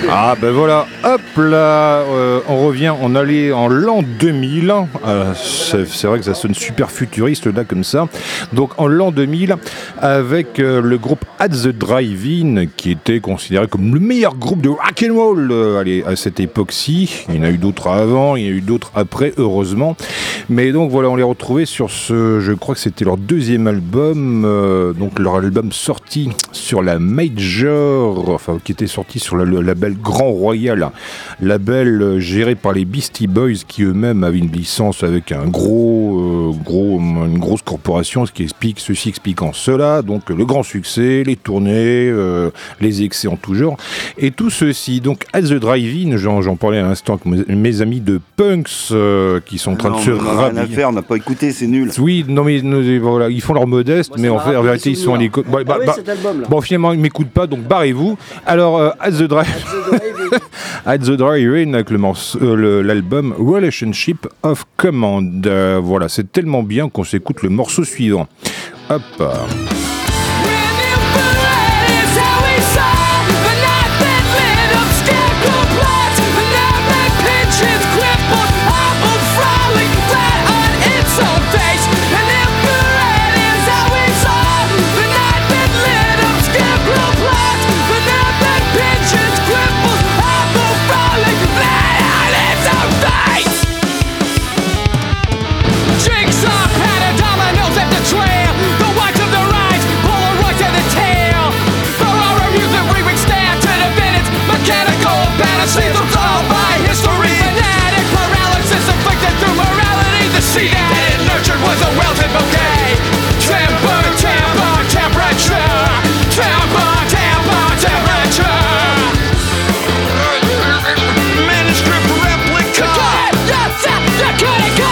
Ah ben voilà, hop là, on revient, on allait en l'an 2000, c'est vrai que ça sonne super futuriste là comme ça, donc en l'an 2000 avec le groupe At The Drive-In qui était considéré comme le meilleur groupe de rock'n'roll à cette époque-ci. Il y en a eu d'autres avant, il y en a eu d'autres après, heureusement, mais donc voilà, on les retrouvait sur je crois que c'était leur deuxième album, donc leur album sorti sur la Major, enfin qui était sorti sur le label Grand Royal, label géré par les Beastie Boys qui eux-mêmes avaient une licence avec une grosse corporation, ceci expliquant cela, donc le grand succès, les tournées, les excès en tout genre, et tout ceci, donc At The Drive-In, j'en parlais à l'instant avec mes amis de Punks qui sont en train de se rhabiller. On n'a pas écouté, c'est nul. Oui, non mais voilà, ils font leur modeste, mais en vérité ils sont à l'écoute. Bon, finalement ils m'écoutent pas, donc barrez-vous. Alors At The Drive-In avec l'album Relationship of Command. Voilà, c'est tellement bien qu'on s'écoute le morceau suivant. Hop. Was a welted bouquet. Temperature. Manuscript replica. Cut it.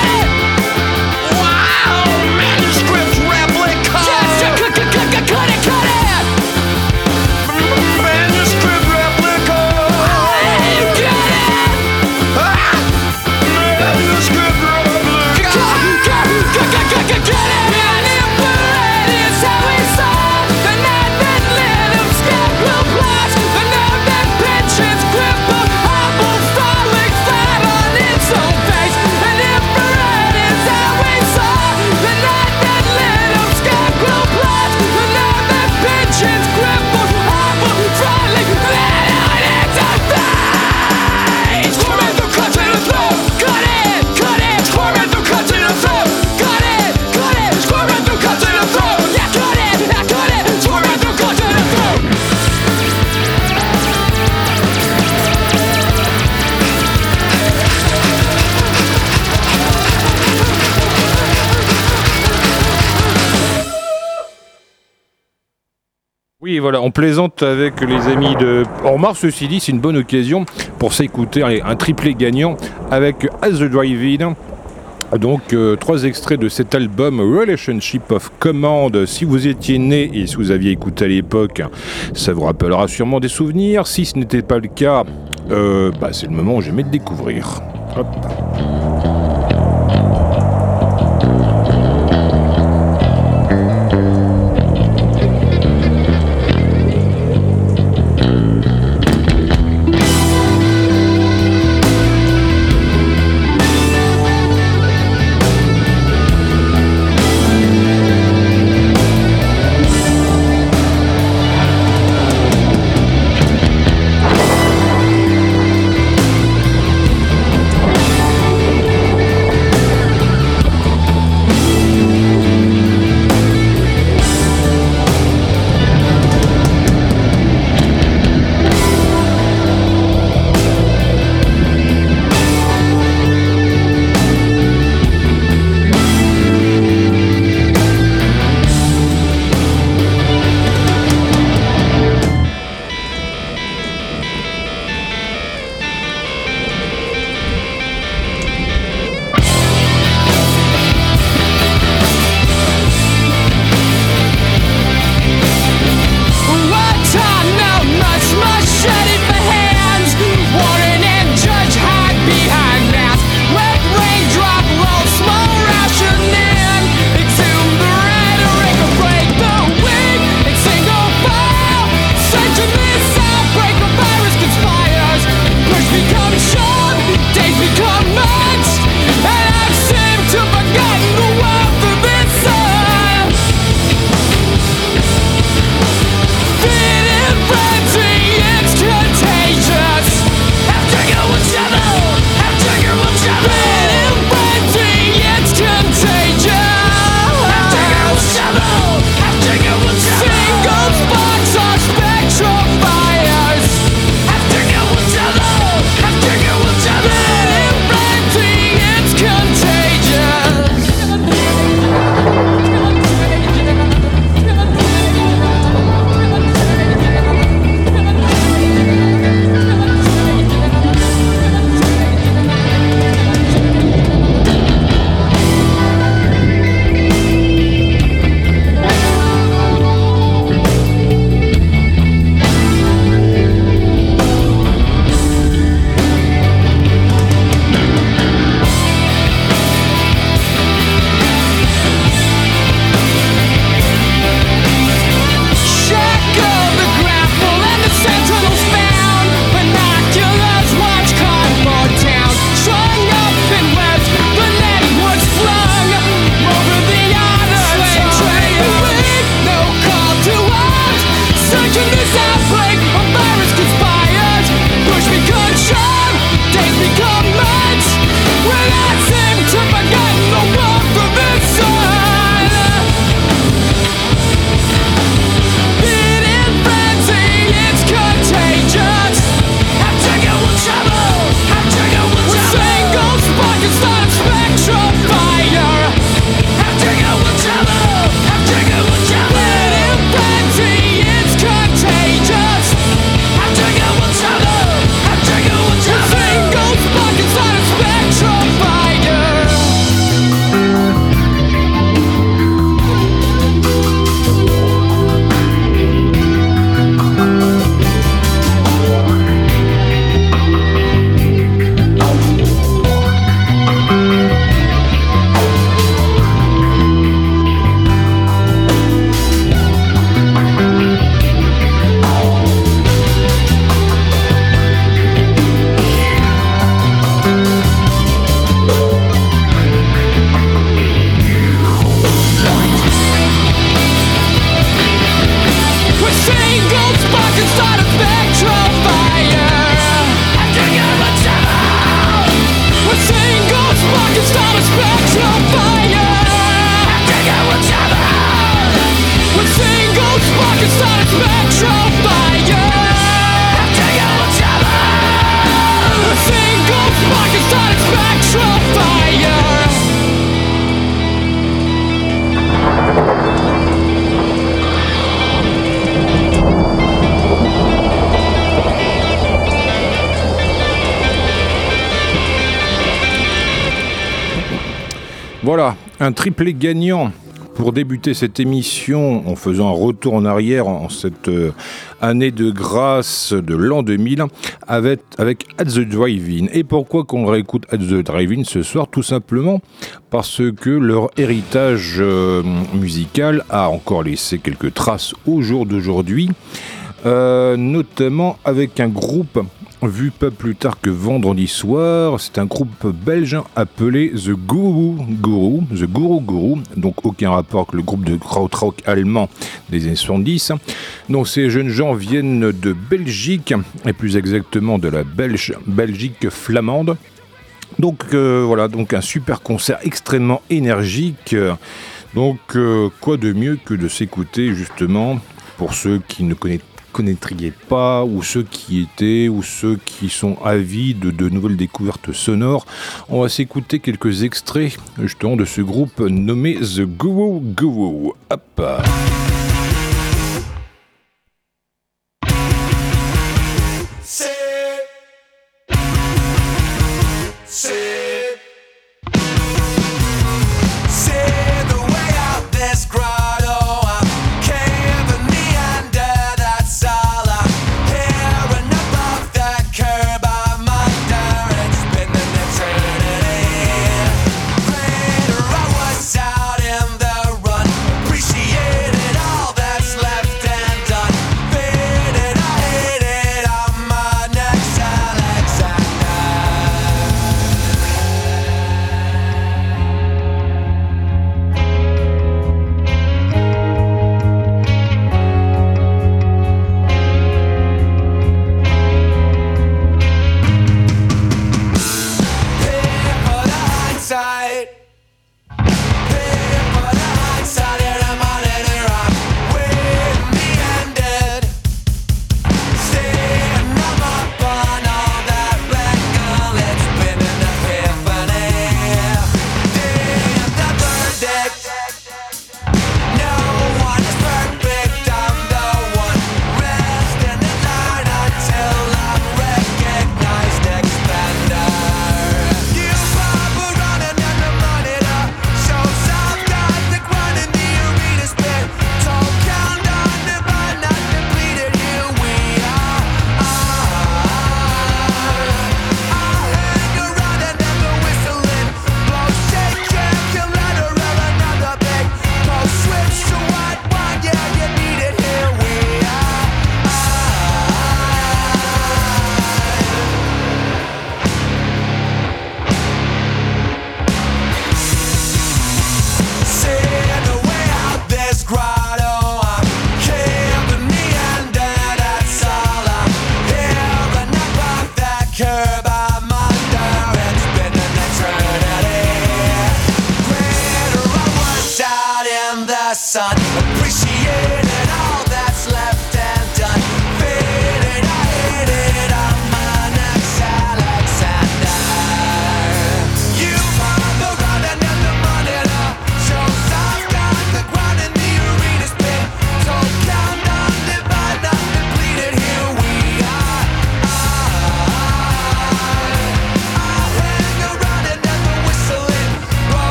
Wow, manuscript replica. Cut it. Manuscript replica. You get it. Manuscript replica. Get it! Manipulate is how we solve the night that lit up scarecrow plots. The nerve that pinches crippled, hobbled, falling flat on its own face. Manipulate is how we solve the night that lit up scarecrow plots. The nerve that pinches crippled, hobbled, falling flat on its own face. Torment through cuts in the throat. Cut it! Torment through cuts in the throat. Squirming through cuts in the throat. Yeah, cut it. Squirming through cuts in the throat. Oui, voilà, on plaisante avec les amis de... On remarque, ceci dit, c'est une bonne occasion pour s'écouter un triplé gagnant avec At The Drive-In. Donc, 3 extraits de cet album Relationship of Command. Si vous étiez né et si vous aviez écouté à l'époque, ça vous rappellera sûrement des souvenirs. Si ce n'était pas le cas, c'est le moment où j'aimais de découvrir. Hop. Voilà, un triplé gagnant pour débuter cette émission en faisant un retour en arrière en cette année de grâce de l'an 2000 avec At the Drive-In. Et pourquoi qu'on réécoute At the Drive-In ce soir? Tout simplement parce que leur héritage musical a encore laissé quelques traces au jour d'aujourd'hui, notamment avec un groupe vu pas plus tard que vendredi soir. C'est un groupe belge appelé The Guru Guru, donc aucun rapport avec le groupe de krautrock allemand des années 70. Donc ces jeunes gens viennent de Belgique, et plus exactement de la Belgique flamande. Donc voilà, donc un super concert extrêmement énergique. Donc quoi de mieux que de s'écouter justement, pour ceux qui ne connaîtraient pas, ou ceux qui étaient, ou ceux qui sont avides de nouvelles découvertes sonores. On va s'écouter quelques extraits justement de ce groupe nommé The Guru Guru. Hop.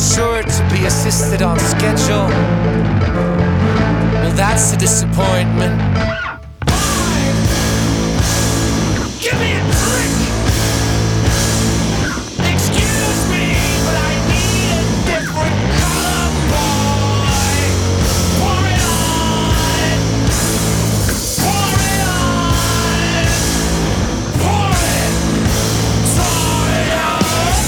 sure to be assisted on schedule. Well, that's a disappointment. Give me a drink! Excuse me, but I need a different color, boy. Pour it on! Pour it on! Pour it! Pour it on!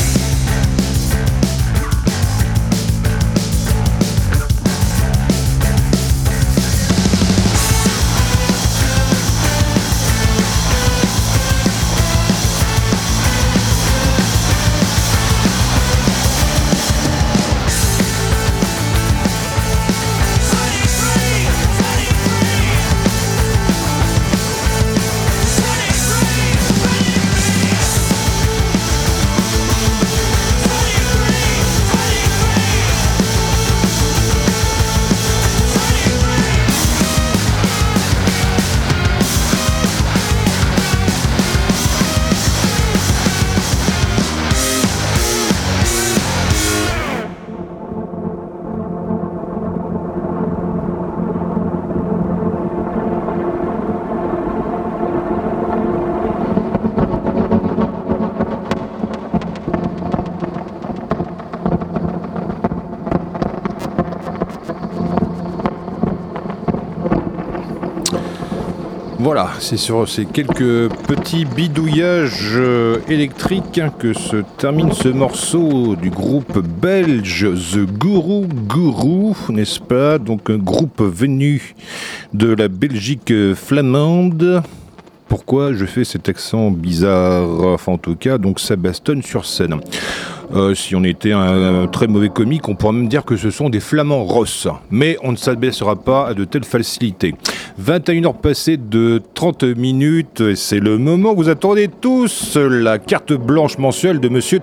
Voilà, c'est sur ces quelques petits bidouillages électriques que se termine ce morceau du groupe belge The Guru Guru, n'est-ce pas? Donc un groupe venu de la Belgique flamande. Pourquoi je fais cet accent bizarre? Enfin en tout cas, donc ça bastonne sur scène. Si on était un très mauvais comique, on pourrait même dire que ce sont des flamands rosses. Mais on ne s'abaissera pas à de telles facilités. 21h passées de 30 minutes, et c'est le moment que vous attendez tous, la carte blanche mensuelle de Monsieur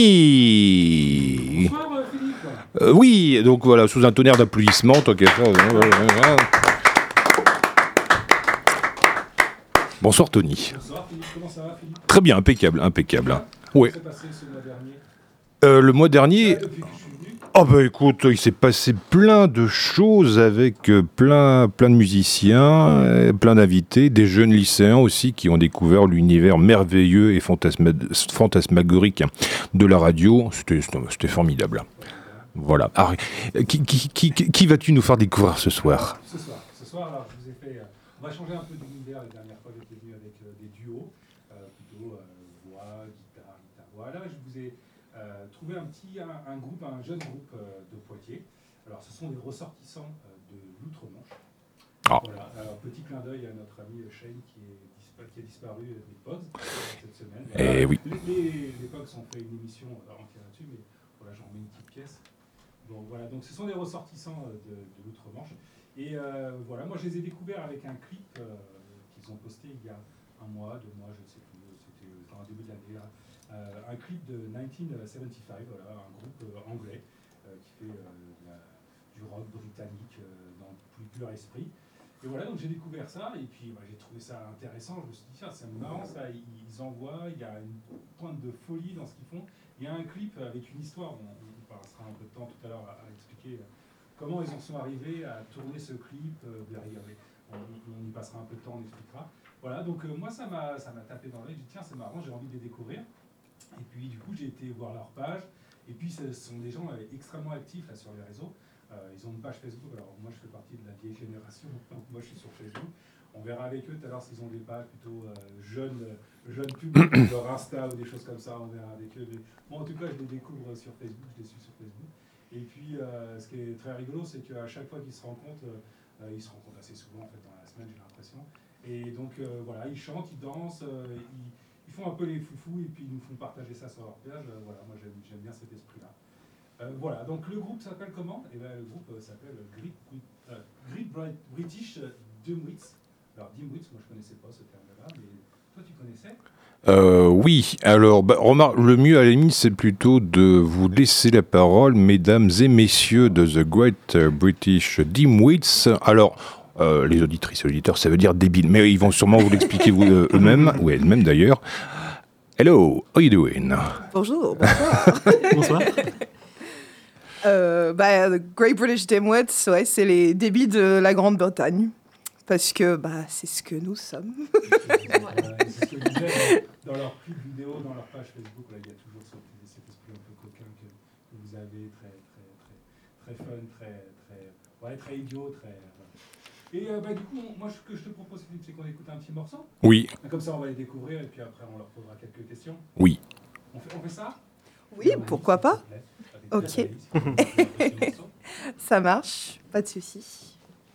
Tony. Bonsoir Philippe. Oui, donc voilà, sous un tonnerre d'applaudissements, tant qu'à faire. Bonsoir Tony. Bonsoir Philippe, comment ça va Philippe? Très bien, impeccable, impeccable. Oui. Qu'est-ce qui s'est passé ce mois dernier? Le mois dernier, Depuis que je suis venu? oh bah écoute, il s'est passé plein de choses avec plein de musiciens, plein d'invités, des jeunes lycéens aussi qui ont découvert l'univers merveilleux et fantasmagorique de la radio. C'était formidable. Voilà. Alors, qui vas-tu nous faire découvrir ce soir? Ce soir, alors je vous ai fait. On va changer un peu d'univers. La dernière fois, j'étais venu avec des duos, plutôt voix, guitare. Voilà, je vous ai trouvé un jeune groupe de Poitiers. Alors, ce sont des ressortissants de l'Outre-Manche. Ah. Voilà. Alors, petit clin d'œil à notre ami Shane qui a disparu des Pogs cette semaine. Eh oui. Les Pogs ont fait une émission entière là-dessus, mais voilà, j'en remets une petite pièce. Donc voilà, donc ce sont des ressortissants de l'Outre-Manche. Et voilà, moi je les ai découverts avec un clip qu'ils ont posté il y a un mois, 2 mois, je ne sais plus, c'était dans le début de l'année. Un clip de 1975, voilà, un groupe anglais qui fait du rock britannique dans le plus pur esprit. Et voilà, donc j'ai découvert ça, et puis j'ai trouvé ça intéressant. Je me suis dit, tiens, c'est marrant ça, ils envoient, il y a une pointe de folie dans ce qu'ils font. Il y a un clip avec une histoire, on passera un peu de temps tout à l'heure à expliquer comment ils en sont arrivés à tourner ce clip. On y passera un peu de temps, on expliquera. Voilà, donc moi ça m'a tapé dans l'œil, j'ai dit tiens, c'est marrant, j'ai envie de les découvrir. Et puis du coup j'ai été voir leur page, et puis ce sont des gens extrêmement actifs là, sur les réseaux. Ils ont une page Facebook, alors moi je fais partie de la vieille génération, donc moi je suis sur Facebook. On verra avec eux tout à l'heure s'ils ont des pages plutôt jeunes publics, leur Insta ou des choses comme ça, on verra avec eux. Mais moi en tout cas je les découvre sur Facebook, je les suis sur Facebook. Et puis ce qui est très rigolo, c'est qu'à chaque fois qu'ils se rencontrent assez souvent en fait dans la semaine, j'ai l'impression. Et donc voilà, ils chantent, ils dansent, ils font un peu les foufous et puis ils nous font partager ça sur leur page. Voilà, moi j'aime bien cet esprit-là. Voilà, donc le groupe s'appelle comment? Eh bien, le groupe s'appelle Great British Dimwits. Alors Dimwits, moi je connaissais pas ce terme-là, mais toi tu connaissais? Oui, alors remarque, le mieux à la limite c'est plutôt de vous laisser la parole, mesdames et messieurs de The Great British Dimwits. Alors, les auditrices et auditeurs, ça veut dire débile, mais ils vont sûrement vous l'expliquer eux-mêmes, ou elles-mêmes d'ailleurs. Hello, how you doing? Bonjour, bonsoir. Bonsoir. Great British Dimwits, ouais, c'est les débits de la Grande-Bretagne. Parce que c'est ce que nous sommes. C'est ce que je disais dans leur clip vidéo, dans leur page Facebook, là, il y a toujours cet esprit un peu coquin que vous avez, très fun, très idiot, Et du coup, moi, ce que je te propose, Philippe, c'est qu'on écoute un petit morceau. Oui. Comme ça, on va les découvrir et puis après, on leur posera quelques questions. Oui. On fait ça? Oui, pourquoi pas. Ok. Ça marche, pas de souci.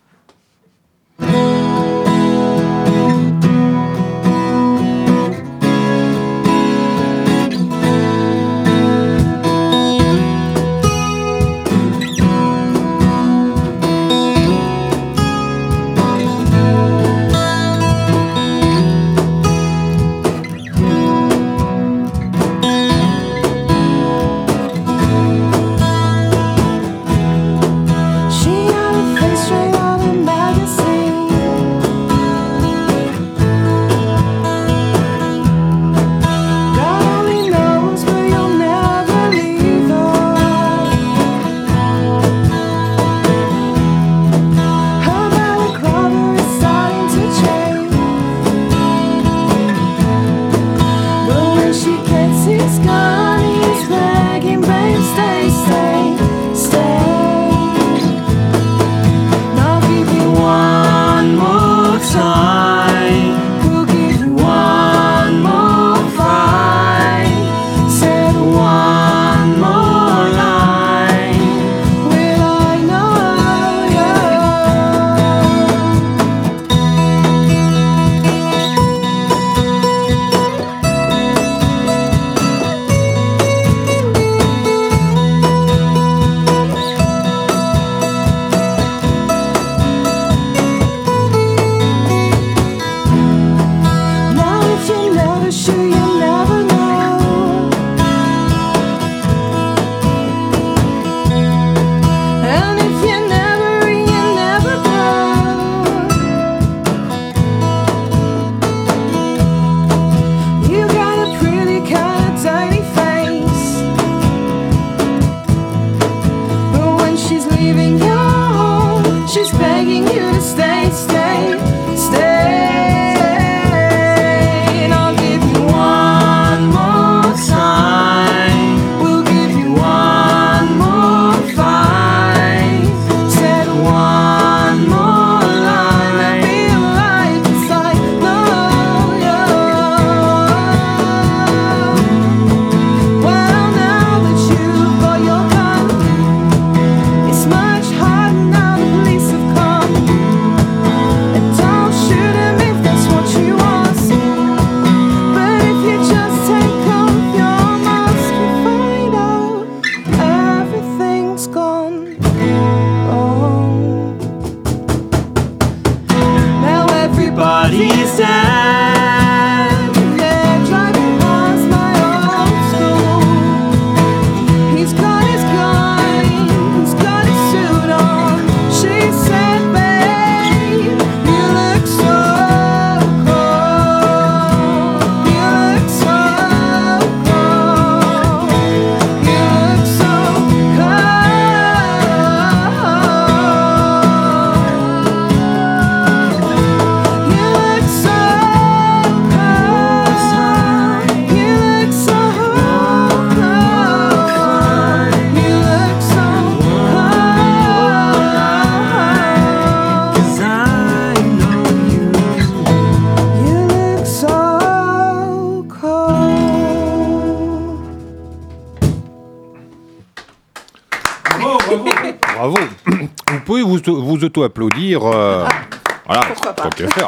Bravo. Vous pouvez vous auto-applaudir. Voilà, pourquoi pas. tant qu'à faire.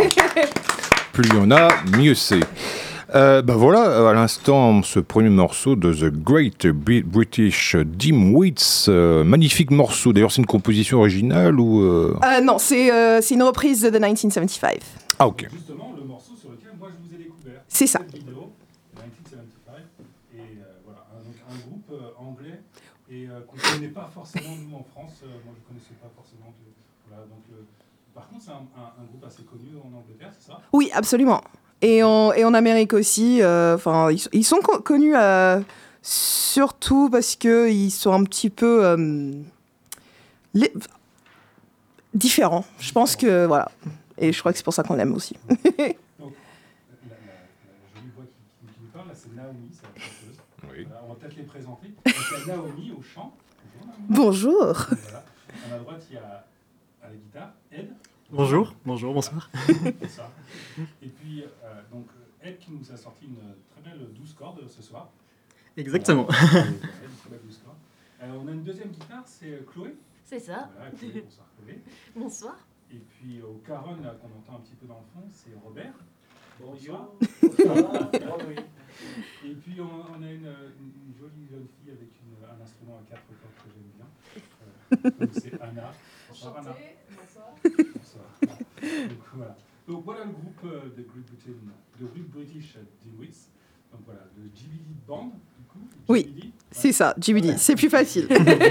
Plus il y en a, mieux c'est. Voilà, à l'instant, ce premier morceau de The Great British Dimwits. Magnifique morceau. D'ailleurs, c'est une composition originale ou Non, c'est une reprise de 1975. Ah, ok. Justement, le morceau sur lequel moi je vous ai découvert. C'est ça. Cette vidéo, 1975. Et voilà, donc un groupe anglais et qu'on ne connaît pas forcément, nous en France. Moi, je ne connaissais pas forcément. Voilà, donc par contre, c'est un groupe assez connu en Angleterre, c'est ça? Oui, absolument. Et en Amérique aussi. Enfin, ils sont connus surtout parce que ils sont un petit peu différents. Je pense que voilà. Et je crois que c'est pour ça qu'on l'aime aussi. Donc, la jolie voix qui nous parle, là, c'est Naomi, c'est la chanteuse. Oui. Voilà, on va peut-être les présenter. Donc, il y a Naomi au chant. Bonjour. Voilà. À ma droite, il y a à la guitare Ed. Bonjour, bonsoir. C'est ça. Et puis, donc, Ed qui nous a sorti une très belle 12 cordes ce soir. Exactement. Voilà, une très belle 12 cordes. On a une deuxième guitare, c'est Chloé. C'est ça. Voilà, Chloé, bonsoir Chloé. Bonsoir. Et puis au caron là, qu'on entend un petit peu dans le fond, c'est Robert. Bonsoir. Et puis on a une jolie jeune fille avec un instrument à 4 cordes que j'aime bien. Donc c'est Anna. Bonsoir Anna. Bonsoir. Donc voilà le groupe de Great British Dinwits. Donc voilà, le GBD Band du coup. Oui, GBD. c'est ça, GBD. Voilà. C'est plus facile.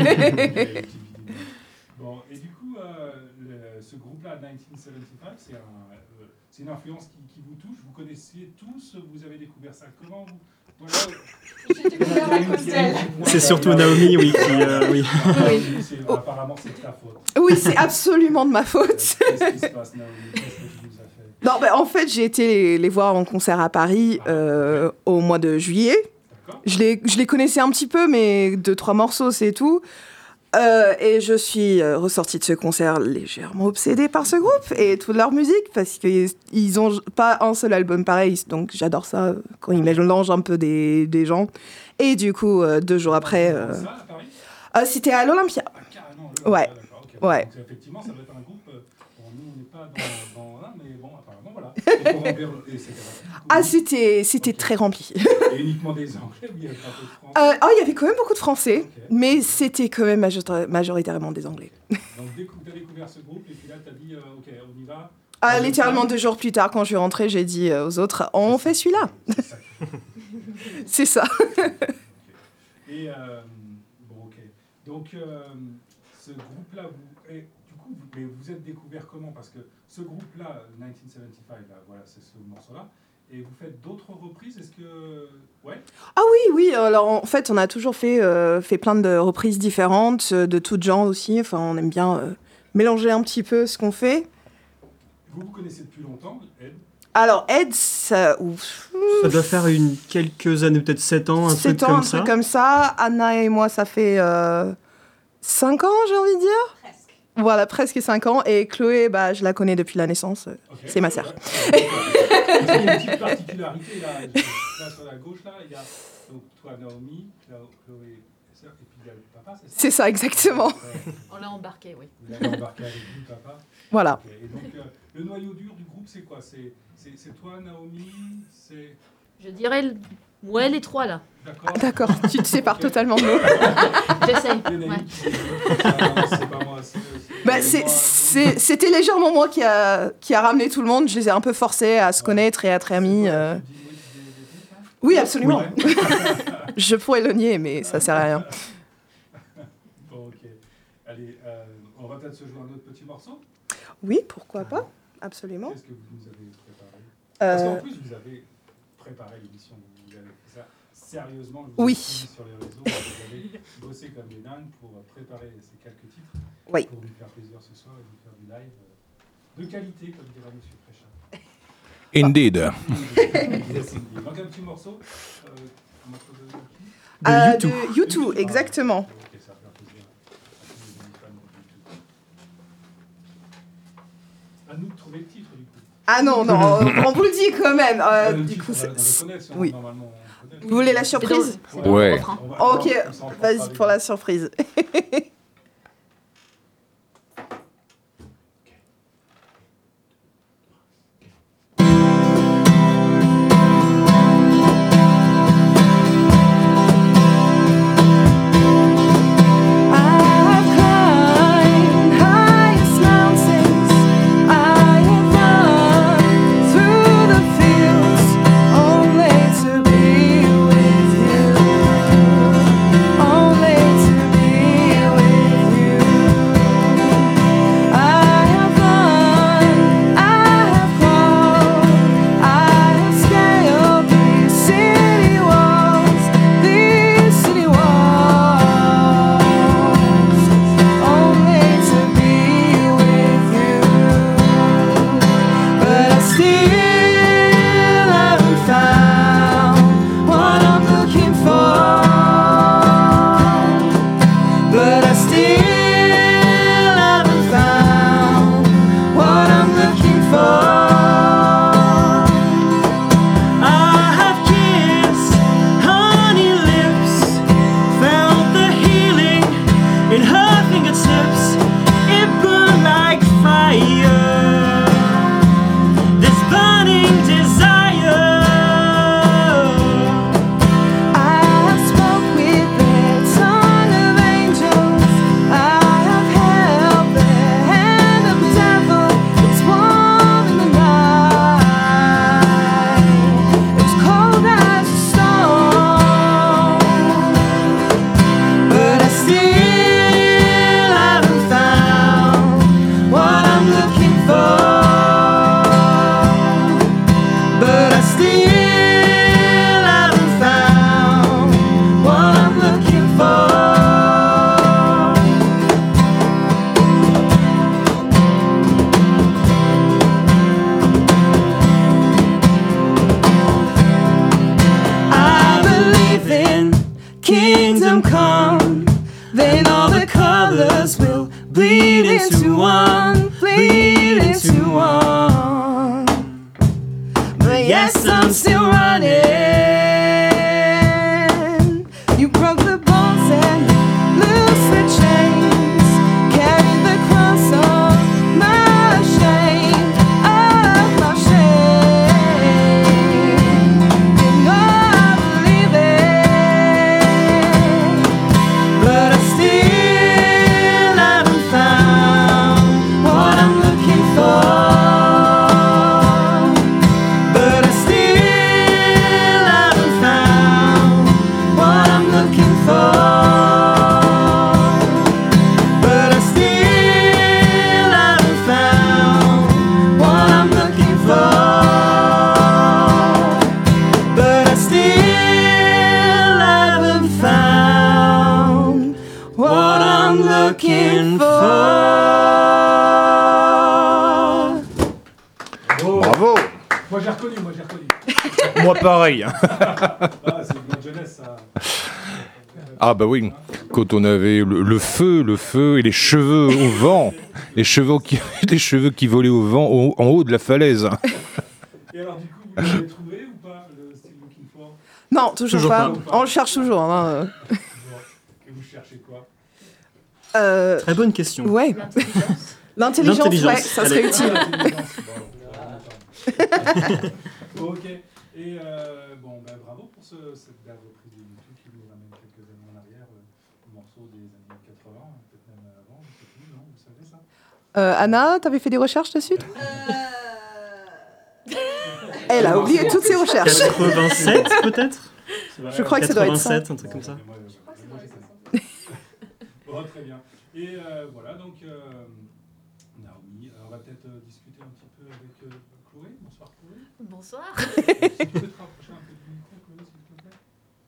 Bon, et du coup, ce groupe-là, 1975, c'est une influence qui vous touche. Vous connaissiez tous, vous avez découvert ça comment vous... Voilà. J'ai découvert la Costel. C'est surtout Naomi, oui, qui... oui. Apparemment, c'est de ta faute. Oui, c'est absolument de ma faute. Qu'est-ce qui se passe, Naomi? Qu'est-ce que tu nous as fait? Non, bah, en fait, j'ai été les voir en concert à Paris au mois de juillet. D'accord. Je les connaissais un petit peu, mais 2-3 morceaux, c'est tout. Et je suis ressortie de ce concert légèrement obsédée par ce groupe et toute leur musique, parce qu'ils n'ont pas un seul album pareil, donc j'adore ça quand ils mélangent un peu des gens. Et du coup, 2 jours après... Ça, à Paris? c'était à l'Olympia. Ah, carrément. Ouais. D'accord, ok. Ouais. Donc, effectivement, ça doit être un groupe... bon, nous, on n'est pas dans un, mais bon, apparemment, voilà. Et pour remplir Ah, c'était Ok. très rempli. Et uniquement des Anglais, oui, il y avait un peu de français. Il y avait quand même beaucoup de Français, Ok. mais c'était quand même majoritairement des Anglais. Donc, tu as découvert ce groupe, et puis là, tu as dit, OK, on y va. Littéralement 2 jours plus tard, quand je suis rentrée, j'ai dit aux autres, on fait celui-là. C'est ça. C'est ça. Et, bon, OK. Donc, ce groupe-là, mais vous êtes découvert comment? Parce que ce groupe-là, 1975, là, voilà, c'est ce morceau-là. Et vous faites d'autres reprises? Est-ce que... Ouais. Ah oui. Alors en fait, on a toujours fait plein de reprises différentes, de tout genre aussi. Enfin, on aime bien mélanger un petit peu ce qu'on fait. Vous connaissez depuis longtemps, Ed? Alors Ed, ça Ça doit faire quelques années, peut-être 7 ans, un 7 truc ans, comme un ça. truc comme ça. Anna et moi, ça fait 5 ans, j'ai envie de dire. Presque. Voilà, presque 5 ans. Et Chloé, bah, je la connais depuis la naissance. Ok. C'est ma sœur. Ouais. Parce qu'il y a une petite particularité là sur la gauche, là, il y a donc, toi, Naomi, Chloé, et puis il y a le papa, c'est ça? C'est ça, exactement. On l'a embarqué, oui. Vous l'avez embarqué avec vous, papa. Voilà. Ok. Et donc, le noyau dur du groupe, c'est quoi? C'est toi, Naomi? C'est... Je dirais, ouais, les 3 là. D'accord. D'accord, tu te sépares totalement de nous. J'essaye. Il y en a Ouais. une qui dit, ah, c'est pas moi, Bah, moi. c'était légèrement moi qui a ramené tout le monde. Je les ai un peu forcés à se connaître et à être amis. Oui, absolument. Ouais. Je pourrais le nier, mais ça sert à rien. Bon, ok. Allez, on va peut-être se jouer un autre petit morceau. Oui, pourquoi pas. Absolument. Qu'est-ce que vous nous avez préparé? Parce qu'en Euh, plus, vous avez préparé l'émission. Vous avez fait ça sérieusement. Oui. Vous avez suivi sur les réseaux. Vous avez bossé comme des dingues pour préparer ces quelques titres. Oui. Pour nous faire plaisir ce soir et nous faire du live de qualité, comme dirait M. Fréchat. Indeed. Donc un petit morceau. Un morceau de qui? De U2. de U2, exactement. Ok, ça va faire plaisir à tous les fans de YouTube. À nous de trouver le titre, du coup. Ah non, on vous le dit quand même. Le Du titre, coup, on va le connaître, si on- oui. normalement, on connaît. Vous voulez la C'est dans- surprise? c'est dans le Ouais. refrain. On va- Ok, on s'en vas-y fera pour la avec- surprise. I've climbed highest mountains. I have run through the fields only to be with you. Only to be with bleed into one, bleed into one. But yes, I'm still running. You broke the bonds and loose the chains. Carry the cross of my shame, of my shame. You know I believe it, but I still haven't found what I'm looking for. But I still haven't found what I'm looking for. But I still haven't found what I'm looking for. But I still haven't found what I'm looking for. Bravo. Moi j'ai reconnu, moi j'ai reconnu. Moi pareil. Ah, c'est notre jeunesse, ça. Ah bah oui, quand on avait le feu et les cheveux au vent, les cheveux qui volaient au vent en haut de la falaise. Et alors du coup, vous l'avez trouvé ou pas, le Still Looking For? Non, toujours, Toujours pas. pas. On le cherche toujours. Hein. Et vous cherchez quoi? Très bonne question. Ouais. L'intelligence. L'intelligence, ouais, ça serait Allez. utile. Bon, ok. Et bon, bah, bravo pour cette belle reprise de YouTube qui nous ramène quelques années en arrière, morceaux des années 80, peut-être même avant, je sais plus, non, vous savez ça? Anna, t'avais fait des recherches dessus toi Elle a oublié toutes ses recherches. 87 peut-être. Je crois que ça doit être ça. 87, un truc comme ça. Moi, j'ai ça. Bon, très bien. Et voilà, donc, Naomi, on va peut-être discuter un petit peu avec Chloé. Bonsoir Chloé. Bonsoir. Si tu peux te rapprocher un peu du micro, Chloé, s'il te plaît.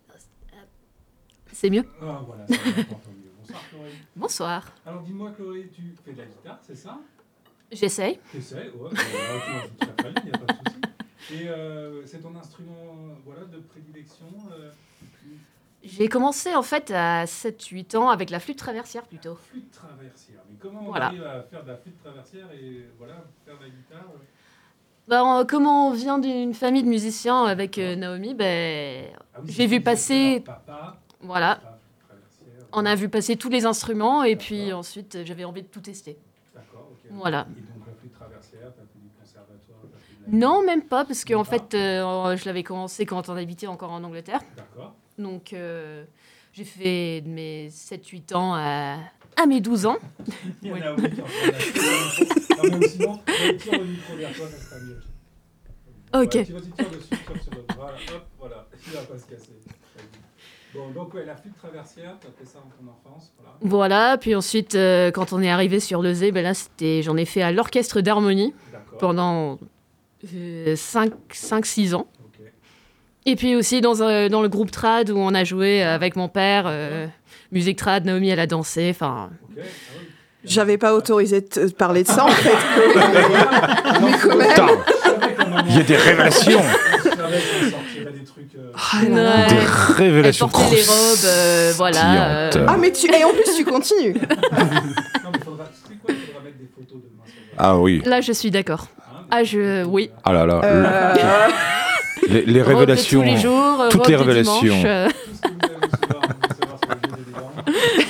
C'est mieux. Ah voilà, ça va un peu mieux. Bonsoir Chloé. Bonsoir. Alors dis-moi Chloé, tu fais de la guitare, c'est ça? J'essaye. T'essaies, ouais, il n'y a pas de souci. Et c'est ton instrument voilà, de prédilection J'ai commencé en fait à 7-8 ans avec la flûte traversière plutôt. Flûte traversière. Mais comment on Voilà. arrive à faire de la flûte traversière et voilà, faire de la guitare Comment on vient d'une famille de musiciens avec Naomi, Ah oui, j'ai c'est vu ça, passer, alors, papa, voilà, papa, flûte traversière. on a vu passer tous les instruments et puis D'accord. ensuite j'avais envie de tout tester. D'accord, ok. Voilà. Et donc la flûte traversière, t'as fait du conservatoire, t'as fait de la Non, même pas, parce qu'en Même pas. fait, je l'avais commencé quand on habitait encore en Angleterre. D'accord. Donc, j'ai fait de mes 7-8 ans à mes 12 ans. Il y en Oui. a oui, qui en font de la flûte. Non, mais sinon, tire le micro vers toi, ça sera mieux. Ok. Ouais, tu vas-y, tire dessus, tire sur le bras, hop, voilà, il va pas se casser. Bon, donc ouais, la flûte traversière, tu as fait ça dans ton enfance, voilà. Voilà, puis ensuite, quand on est arrivé sur le Zé, là, j'en ai fait à l'orchestre d'harmonie D'accord. pendant 5-6 ans. Ok. Et puis aussi dans le groupe trad où on a joué avec mon père, musique trad, Naomi elle a dansé, enfin... Ok. Ah oui. J'avais pas autorisé de te parler de ça en fait. Mais quand même. Putain, il y a des révélations. Je savais qu'on sortirait des trucs. Ah là là. Ouais. Des Elle révélations portait les robes, voilà. croustillantes. Ah mais et en plus tu continues. Non, mais faudra. Tu sais quoi, il faudra mettre des photos demain sur le. Ah oui. Là, je suis d'accord. Hein, Oui. Ah là là. Les Robe de révélations. tous les jours, toutes robe les du révélations. dimanche, Tout ce que vous avez savoir sur le jeu des dents.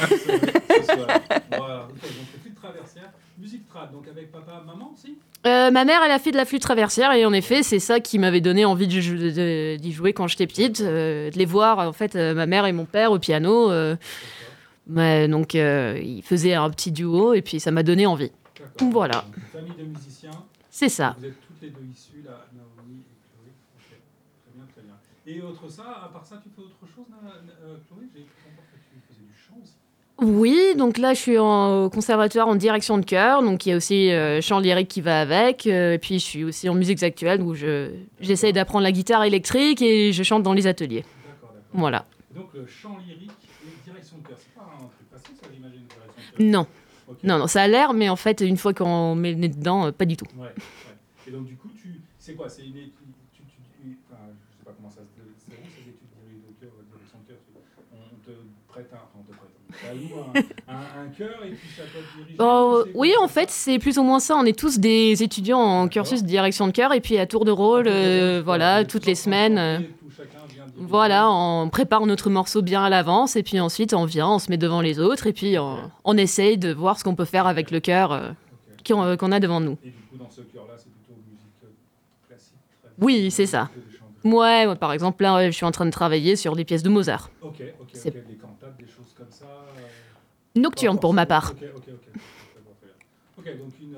Voilà. Ok, donc flûte traversière, musique trad, donc avec papa, maman aussi. Ma mère, elle a fait de la flûte traversière et en effet, c'est ça qui m'avait donné envie d'y jouer quand j'étais petite, de les voir, en fait, ma mère et mon père au piano. Donc, ils faisaient un petit duo et puis ça m'a donné envie. D'accord. Voilà. Donc, famille de musiciens. C'est ça. Vous êtes toutes les deux issues, là, Naomi et Chloé. Ok, très bien, très bien. Et autre ça, à part ça, tu fais autre chose, Chloé? J'ai cru comprendre que tu faisais du chant aussi. Oui, donc là, je suis au conservatoire en direction de chœur, donc il y a aussi chant lyrique qui va avec, et puis je suis aussi en musique actuelle où j'essaie d'apprendre la guitare électrique et je chante dans les ateliers. D'accord, d'accord. Voilà. Et donc le chant lyrique et direction de chœur, c'est pas un truc facile, ça, j'imagine, direction de chœur. Non, Ok. non, ça a l'air, mais en fait, une fois qu'on met le nez dedans, pas du tout. Ouais, ouais. Et donc, du coup, c'est quoi? C'est une étude. Enfin, je sais pas comment ça se déroule, ces études de chœur, direction de chœur. On te prête un. Enfin, on te prête. Nous, un chœur et puis ça peut être dirigé. Oui, en fait, c'est plus ou moins ça. On est tous des étudiants en cursus de direction de chœur et puis à tour de rôle, voilà, toutes les semaines. Voilà, on prépare notre morceau bien à l'avance et puis ensuite on vient, on se met devant les autres et puis on essaye de voir ce qu'on peut faire avec le chœur qu'on a devant nous. Et du coup, dans ce chœur-là, c'est plutôt musique classique. Oui, c'est ça. Ouais, par exemple, là, je suis en train de travailler sur des pièces de Mozart. Ok, des cantates, des choses comme ça. Nocturne pour ma part. Ok, donc une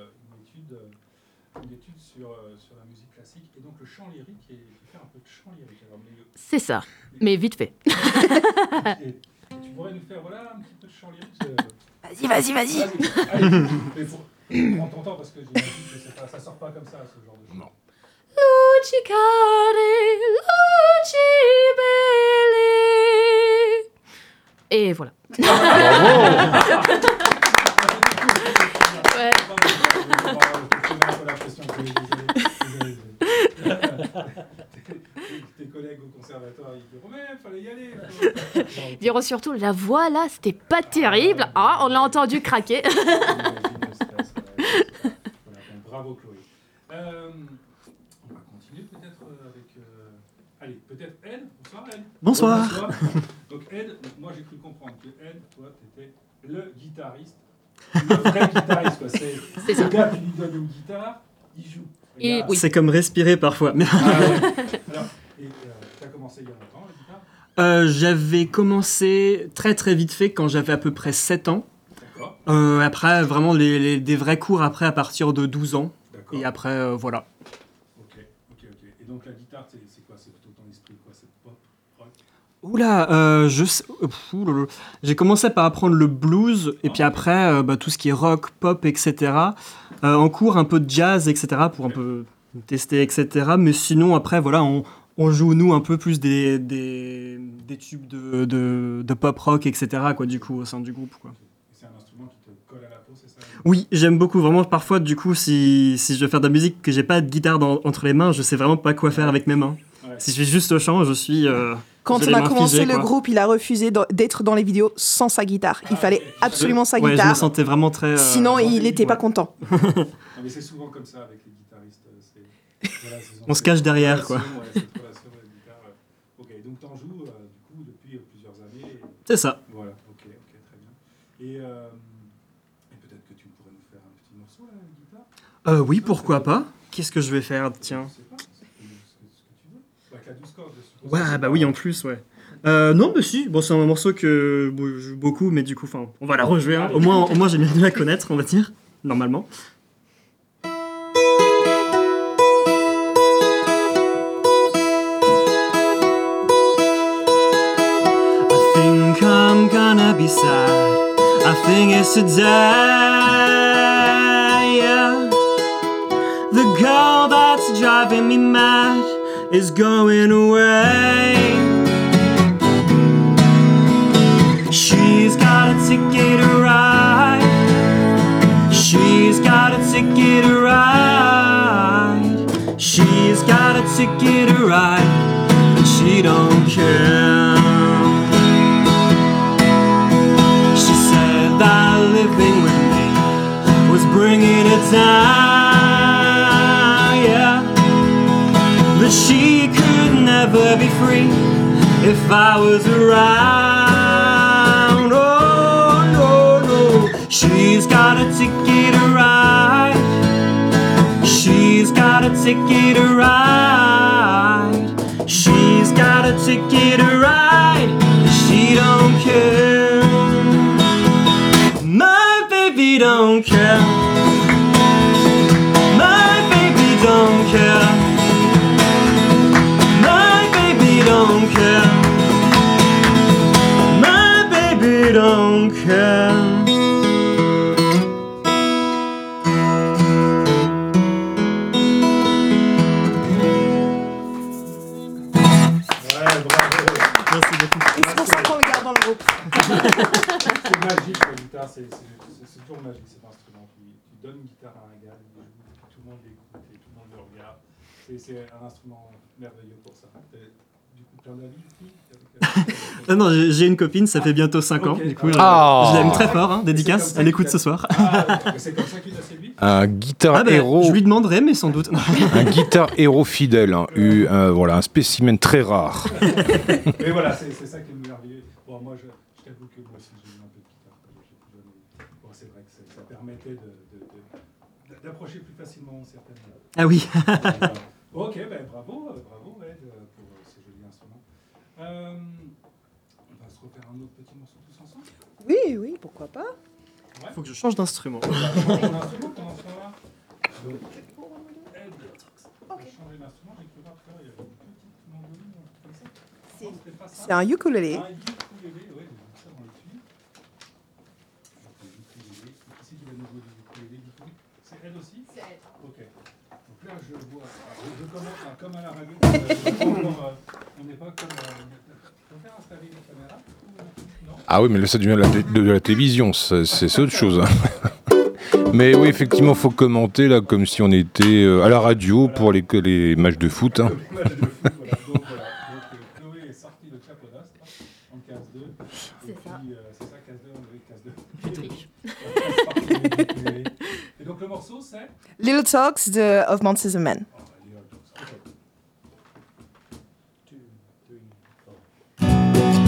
étude sur la musique classique et donc le chant lyrique et faire un peu de chant lyrique. Alors, c'est ça, mais vite fait. et tu pourrais nous faire un petit peu de chant lyrique. Vas-y. Allez, mais prends ton temps parce que j'imagine que ça sort pas comme ça, ce genre de choses. Non. Luci cari, luci belli. Et voilà. Ouais. Tes collègues au conservatoire, ils diront mais fallait y aller. Ils diront surtout la voix là, c'était pas terrible. Ah, on l'a entendu craquer. Bravo Chloé. On va continuer peut-être avec. Allez, peut-être Ed. Bonsoir Ed. Bonsoir. Donc Ed, moi j'ai cru comprendre que Ed, toi, t'étais le guitariste, le vrai guitariste quoi. C'est ça. Le gars qui lui donne une guitare, il joue. Et oui. C'est comme respirer parfois. Alors, t'as commencé il y a longtemps la guitare? J'avais commencé très très vite fait quand j'avais à peu près 7 ans. D'accord. Après, vraiment des vrais cours après à partir de 12 ans. D'accord. Et après, voilà. Ok. Et donc la guitare, c'est quoi? C'est plutôt ton esprit quoi? C'est pop, rock? Oula, j'ai commencé par apprendre le blues et puis après tout ce qui est rock, pop, etc. En cours un peu de jazz, etc. pour un peu tester, etc. Mais sinon après voilà, on joue nous un peu plus des tubes de pop rock, etc. quoi du coup au sein du groupe quoi. C'est un instrument qui te colle à la peau, c'est ça? Oui, j'aime beaucoup vraiment. Parfois du coup si je veux faire de la musique que j'ai pas de guitare entre les mains, je sais vraiment pas quoi faire avec mes mains. Ouais. Si je fais juste au chant, je suis quand on a commencé le groupe, il a refusé d'être dans les vidéos sans sa guitare. Il fallait absolument sa guitare. Je me sentais vraiment très. Sinon, il n'était pas content. Mais c'est souvent comme ça avec les guitaristes. On se cache derrière, quoi. Cette relation avec la guitare. Ok, donc t'en joues du coup depuis plusieurs années. C'est ça. Voilà, ok, très bien. Et peut-être que tu pourrais nous faire un petit morceau là, la guitare. Oui, pourquoi pas. Qu'est-ce que je vais faire, tiens. Je sais pas, ce que tu veux. Avec la 12 cordes. Ouais, bah oui, en plus, ouais. Non, mais si, bon, c'est un morceau que je joue beaucoup, mais du coup, on va la rejouer. Hein. Au moins j'ai bien dû la connaître, on va dire, normalement. I think I'm gonna be sad. I think it's today. Yeah. The girl that's driving me mad is going away. She's got a ticket to ride. She's got a ticket to ride. She's got a ticket to ride, but she don't care. She said that living with me was bringing her down, yeah. But she could never be free if I was around. Oh, no, no. She's got a ticket to ride. She's got a ticket to ride. She's got a ticket to ride. She don't care. My baby don't care. My baby don't care. Don't care. My baby don't care. Ouais, bravo. Merci beaucoup. Et c'est pour ça qu'on le garde dans le groupe. C'est magique la guitare, c'est toujours magique cet instrument. Tu donnes une guitare à un gars, tout le monde l'écoute et tout le monde le regarde. C'est un instrument merveilleux pour ça. du coup plein d'amis filles Non, j'ai une copine, ça fait bientôt 5 ans. Ok. Du coup, Ah. je l'aime très fort, hein, C'est dédicace. comme ça Elle qu'il écoute a- ce soir. C'est comme ça qu'il a séduit. Un guitar Ah ben, héros, je lui demanderai, mais sans doute. un guitar héros fidèle, hein, voilà, un spécimen très rare. Mais voilà, c'est ça qui est merveilleux. Bon, moi, je t'avoue que moi aussi, j'ai eu un peu de guitare quand j'étais plus jeune. Bon, c'est vrai que ça permettait d'approcher plus facilement certaines. Ah oui. Ok, ben bravo, Ed, pour ce joli instrument. On va se refaire un autre petit morceau tous ensemble. Oui, pourquoi pas. Il faut que je change d'instrument. On va changer l'instrument pendant ce temps-là. Donc, Ed, on va changer l'instrument. J'ai cru voir tout à l'heure, il y avait une petite mandoline ou un truc comme ça. Non, c'était pas ça. C'est un ukulélé. Un ukulélé, ouais, j'ai vu ça dans le film. Donc, le ukulélé, c'est ici qu'il y a le nouveau du ukulélé, du coup. C'est Ed aussi? C'est Ed. Ok. Donc là, je vois. Alors, je commence comme à la radio. On n'est pas comme. On peut faire installer une caméra? Non? Ah oui, mais là, ça devient de la télévision, c'est autre chose. Hein. Mais oui, effectivement, il faut commenter là comme si on était à la radio pour les matchs de foot. Hein. Le match de foot, voilà. Donc, Chloé est sortie de Chaponast en case 2. C'est ça. C'est ça, case 2, on avait case 2. Je triche. Et donc le morceau, c'est Little Talks de Of Monsters and Men. Oh, les Hot Dogs. Ok. 2, 3, 4.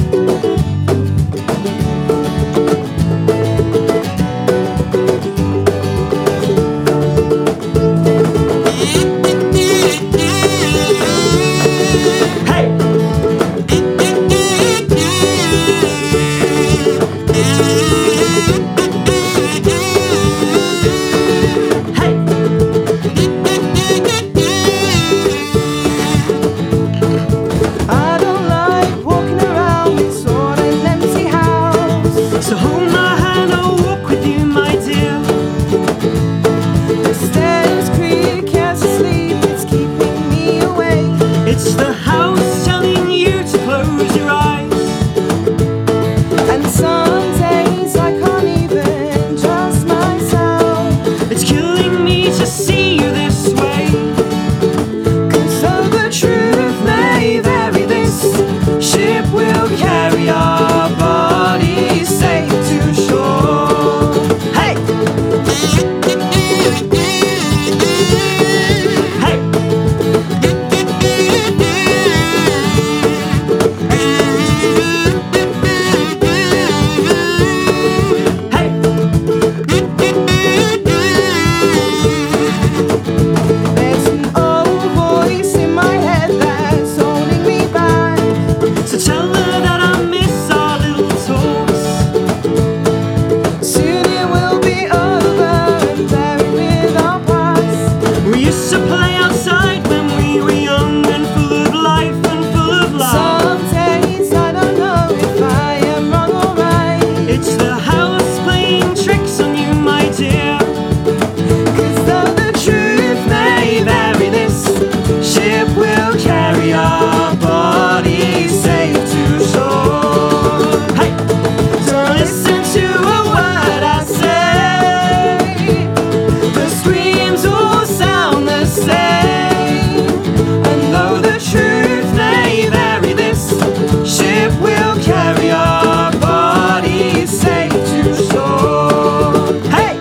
I don't like walking around this sort of empty house. So hold my hand, I'll walk with you, my dear. The stairs creak as I sleep, it's keeping me awake. It's the house telling you to close your eyes. And some days I can't even trust myself. It's killing me to see you this way. Cause though the truth may vary, this ship will carry our bodies safe to shore. Hey! Hey! Hey! There's an old voice in my head that's holding me back. So tell her that I miss our little talks. Soon it will be over and buried with our past. We used to play outside when we were young and full of life and full of love. Some days I don't know if I am wrong or right. It's the house playing tricks on you, my dear. Cause though the truth may vary, this ship will carry our bodies safe to shore. Hey! Don't listen to a word I say. The screams all sound the same. And though the truth may vary, this ship will carry our bodies safe to shore. Hey!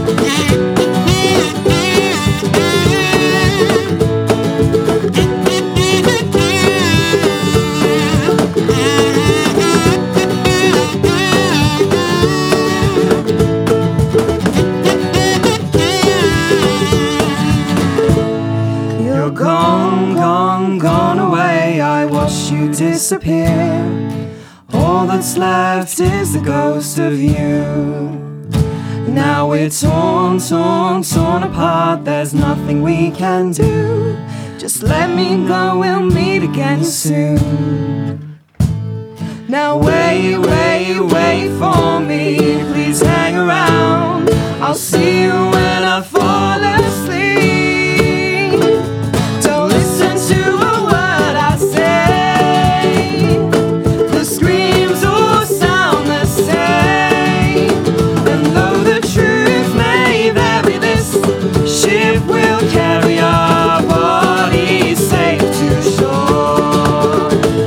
You're gone, gone, gone away. I watched you disappear. All that's left is the ghost of you. Now we're torn, torn, torn apart. There's nothing we can do. Just let me go, we'll meet again soon. Now wait, wait, wait for me. Please hang around. I'll see you when I fall asleep. Don't listen to a word I say. The screams all sound the same. And though the truth may vary, this ship will carry our bodies safe to shore.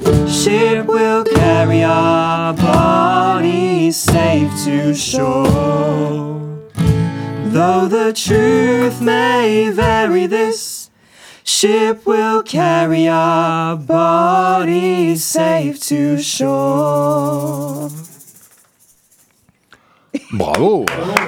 Ship will carry our bodies safe to shore. Though the truth may vary, this ship will carry our bodies safe to shore. Bravo.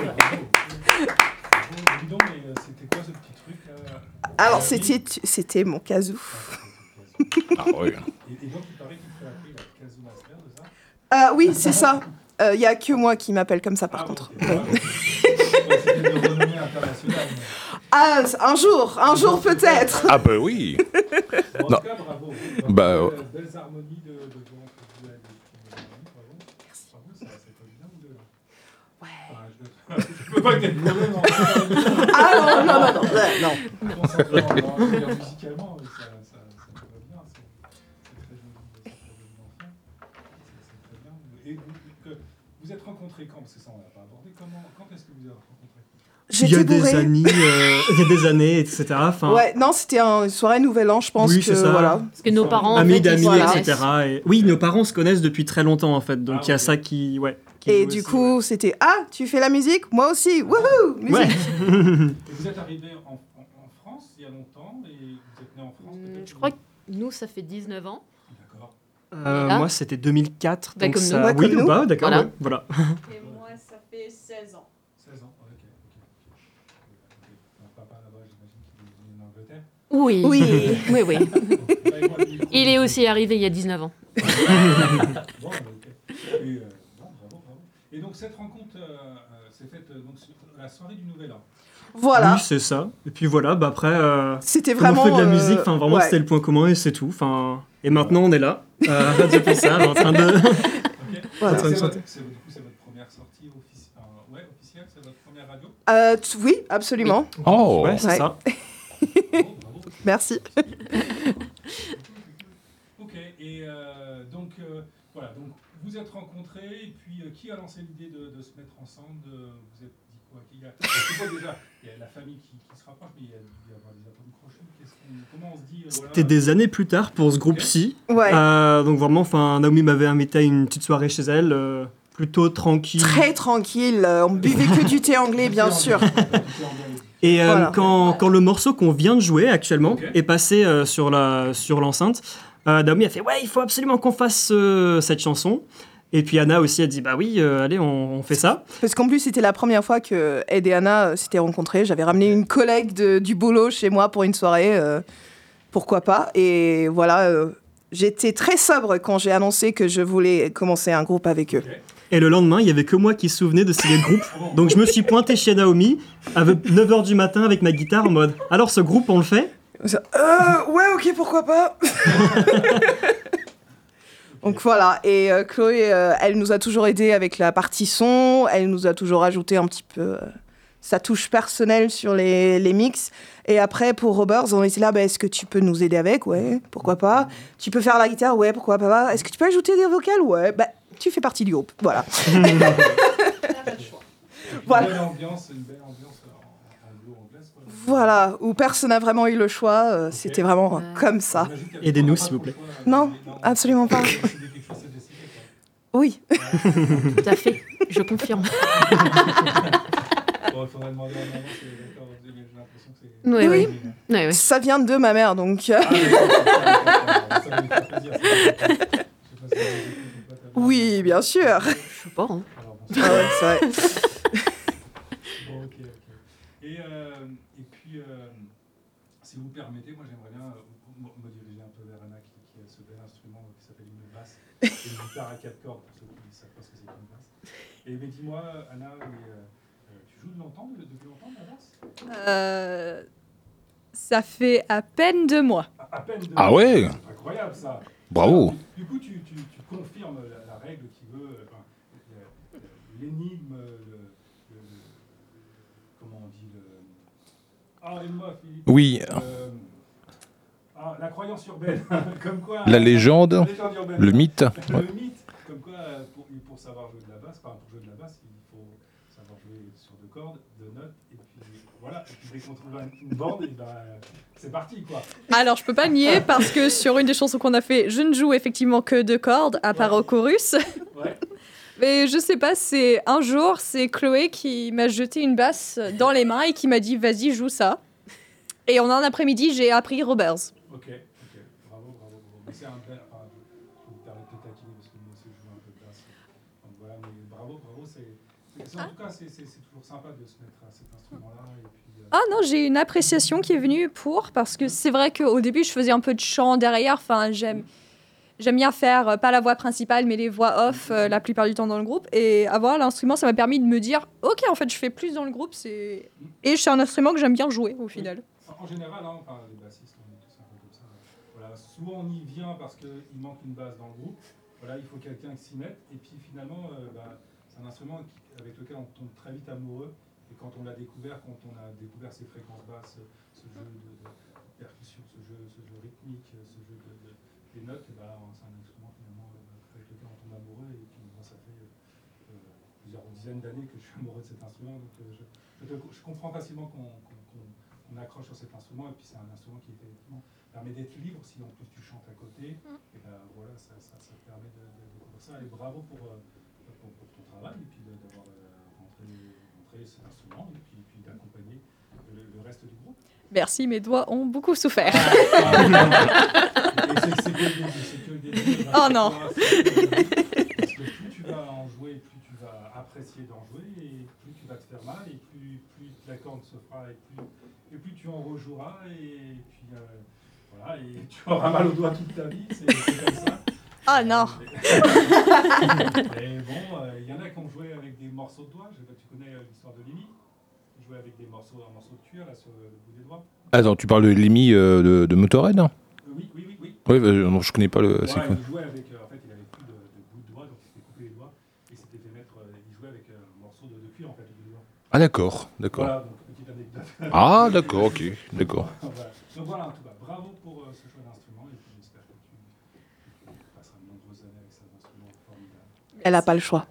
Dis donc, mais c'était quoi ce petit truc là? Alors, c'était mon kazoo. Ah oui. Et donc, il paraît qu'il faut appeler la Kazoo Master, c'est ça? Oui, c'est ça. Il n'y a que moi qui m'appelle comme ça, par contre. Ok, ouais. C'était de renommée internationale. Ah, un jour peut-être. Ah bah oui. Bon, en Non. tout cas, bravo. Bah, Belles harmonies de voix que vous avez bravo. Merci. Bravo, c'est pas évident de... Ouais. Enfin, je peux pas que t'aies de problème en Ah non. musicalement, ça va bien. C'est très joli d'enfant. C'est très bien. Et vous êtes rencontrés quand? Parce que ça, on l'a pas abordé. Quand est-ce que vous êtes rencontrés? Il y a J'étais des bourrée. années, etc. Enfin, Ouais, non, c'était une soirée Nouvel An, je pense Oui, que c'est ça. voilà. Parce que nos parents, en amis fait, ils d'amis, se voilà. connaissent. etc. Et... Oui, nos parents se connaissent depuis très longtemps en fait, donc Ah, il y a ok. ça qui Et joue du aussi, coup, c'était ah, tu fais la musique, moi aussi, wouhou, musique. ouais. Et vous êtes arrivé en France il y a longtemps et vous êtes né en France peut-être? Je crois que nous, ça fait 19 ans. D'accord. là Moi, c'était 2004. Bah, donc comme ça... nous. Ouais, oui, comme nous. bah, d'accord, Voilà. ouais, voilà. Et moi, ça fait 16 ans. 16 ans, ok. Mon papa là-bas, j'imagine qu'il est en Angleterre. Oui. Oui. Oui. Il est aussi arrivé il y a 19 ans. Bon, ok. Et, bon, bravo. Et donc cette rencontre s'est faite donc, sur la soirée du Nouvel An. Voilà. Oui, c'est ça. Et puis voilà, bah après, C'était comme on vraiment. fait de la musique, enfin vraiment ouais. c'était le point commun et c'est tout. Enfin, et maintenant on est là, à Radio Pessard, en train de. Ok. Voilà. C'est de votre, chanter. c'est, du coup, c'est votre première sortie officielle, c'est votre première radio. Oui, absolument. Oh. Ouais, c'est Ouais. ça. Bravo. Merci. Ok. Et donc voilà, donc vous êtes rencontrés et puis qui a lancé l'idée de se mettre ensemble? Vous êtes dit quoi? Je sais pas déjà. Il y a la famille qui se rapproche, mais il y a dû y avoir des atomes crochus. Comment on se dit C'était des années plus tard pour ce groupe-ci. Ouais. Donc vraiment, enfin, Naomi m'avait invité à une petite soirée chez elle, plutôt tranquille. Très tranquille. On buvait que du thé anglais, bien sûr. Et Voilà. quand le morceau qu'on vient de jouer actuellement Ok. est passé sur l'enceinte, Naomi a fait ouais, il faut absolument qu'on fasse cette chanson. Et puis Anna aussi a dit bah oui, allez, on fait ça. Parce qu'en plus, c'était la première fois que Ed et Anna s'étaient rencontrés. J'avais ramené une collègue du boulot chez moi pour une soirée. Pourquoi pas? Et voilà, j'étais très sobre quand j'ai annoncé que je voulais commencer un groupe avec eux. Et le lendemain, il y avait que moi qui se souvenais de signer le groupe. Donc je me suis pointé chez Naomi à 9h du matin avec ma guitare en mode alors ce groupe on le fait? Ouais, ok, pourquoi pas. Donc voilà, et Chloé, elle nous a toujours aidé avec la partie son, elle nous a toujours ajouté un petit peu sa touche personnelle sur les mix. Et après, pour Roberts, on était là, bah, est-ce que tu peux nous aider avec? Ouais, pourquoi pas. Tu peux faire la guitare? Ouais, pourquoi pas. Est-ce que tu peux ajouter des vocales? Ouais, bah, tu fais partie du groupe, voilà. Voilà. Une belle ambiance anglo-anglaise. Quoi. Voilà, où personne n'a vraiment eu le choix, c'était vraiment comme ça. J'imagine qu'il y avait Aidez-nous, pas s'il vous trop le plaît. choix, Non, absolument pas. Décider quelque chose, c'est décider, quoi. Oui. Tout à fait. Je confirme. Bon, il faudrait demander en avance, d'accord, j'ai l'impression que c'est... Oui, Oui. oui. Ouais, ouais. Ça vient de ma mère, donc... Ah, d'accord, ça va nous faire plaisir. Je sais pas si vous avez écouté ou pas, Oui, bien sûr. Je sais pas. Hein. Alors, bon, Ah ouais, c'est vrai. bon, ok. Et puis, si vous permettez, moi j'aimerais bien me diriger un peu vers Anna qui a ce bel instrument qui s'appelle une basse, et une guitare à 4 cordes pour ceux qui ne savent pas ce que c'est qu'une basse. Et mais dis-moi, Anna, tu joues depuis longtemps de la basse? Ça fait à peine 2 mois. À peine deux Ah mois. ouais. C'est incroyable ça. Bravo. Alors, du coup, tu confirmes la règle qui veut, l'énigme, comment on dit Ah, aide-moi, Philippe. Oui. La croyance urbaine, comme quoi. La légende, la légende urbaine. le mythe. Le Ouais. mythe, comme quoi, pour savoir jouer de la basse, pour jouer de la basse, il faut savoir jouer sur 2 cordes, 2 notes, et puis voilà, et puis dès qu'on trouve une bande, et ben, c'est parti, quoi. Alors, je peux pas nier parce que sur une des chansons qu'on a fait, je ne joue effectivement que 2 cordes, à part au chorus. Ouais. Mais je sais pas, c'est un jour, c'est Chloé qui m'a jeté une basse dans les mains et qui m'a dit vas-y, joue ça. Et en un après-midi, j'ai appris Robbers. Ok, bravo. Mais c'est un bel. Enfin, je me permets de te taquiner parce que moi aussi je joue un peu de basse. Donc voilà, mais bravo, en tout cas, c'est toujours sympa de se mettre à cet instrument-là. Et puis, Ah non, j'ai une appréciation qui est venue parce que c'est vrai qu'au début, je faisais un peu de chant derrière. Enfin, j'aime bien faire, pas la voix principale, mais les voix off la plupart du temps dans le groupe. Et avoir l'instrument, ça m'a permis de me dire, ok, en fait, je fais plus dans le groupe. Et c'est un instrument que j'aime bien jouer au final. En général, hein, enfin, les bassistes, on est tous un peu comme ça. Voilà, souvent, on y vient parce qu'il manque une basse dans le groupe. Voilà, il faut quelqu'un qui s'y mette. Et puis finalement, c'est un instrument avec lequel on tombe très vite amoureux. Et quand on l'a découvert, quand on a découvert ces fréquences basses, ce jeu de percussion, ce jeu rythmique, ce jeu des notes, c'est un instrument finalement avec lequel on tombe amoureux. Et puis moi, ça fait plusieurs dizaines d'années que je suis amoureux de cet instrument. Donc je comprends facilement qu'on accroche sur cet instrument. Et puis c'est un instrument qui effectivement permet d'être libre. Si en plus tu chantes à côté, et voilà, ça te permet de découvrir ça. Et bravo pour ton travail et puis d'avoir rentré cet instrument et puis d'accompagner le reste du groupe. Merci, mes doigts ont beaucoup souffert. C'est que le début. Oh non. Parce que plus tu vas en jouer, plus tu vas apprécier d'en jouer, et plus tu vas te faire mal, et plus la corde se fera, et plus tu en rejoueras, et puis voilà, et tu auras mal aux doigts toute ta vie, c'est comme ça. Ah non. Mais bon, il y en a qui ont joué avec des morceaux de doigts. Tu connais l'histoire de Limi? Jouer avec un morceau de cuir là sur le bout des doigts. Attends, tu parles de Lemmy de Motorhead, hein? Oui. Oui, non, je connais pas le. Ouais, c'est quoi? il jouait avec. En fait, il avait plus de bout de doigts, donc il s'était coupé les doigts et s'était fait mettre. Il jouait avec un morceau de cuir en fait, de doigts. Ah, d'accord. Voilà, donc petite anecdote. Ah, d'accord, ok, d'accord. Voilà. Donc voilà, en tout cas, bravo pour ce choix d'instrument et puis j'espère que tu passeras de nombreuses années avec cet instrument formidable. Elle n'a pas le choix.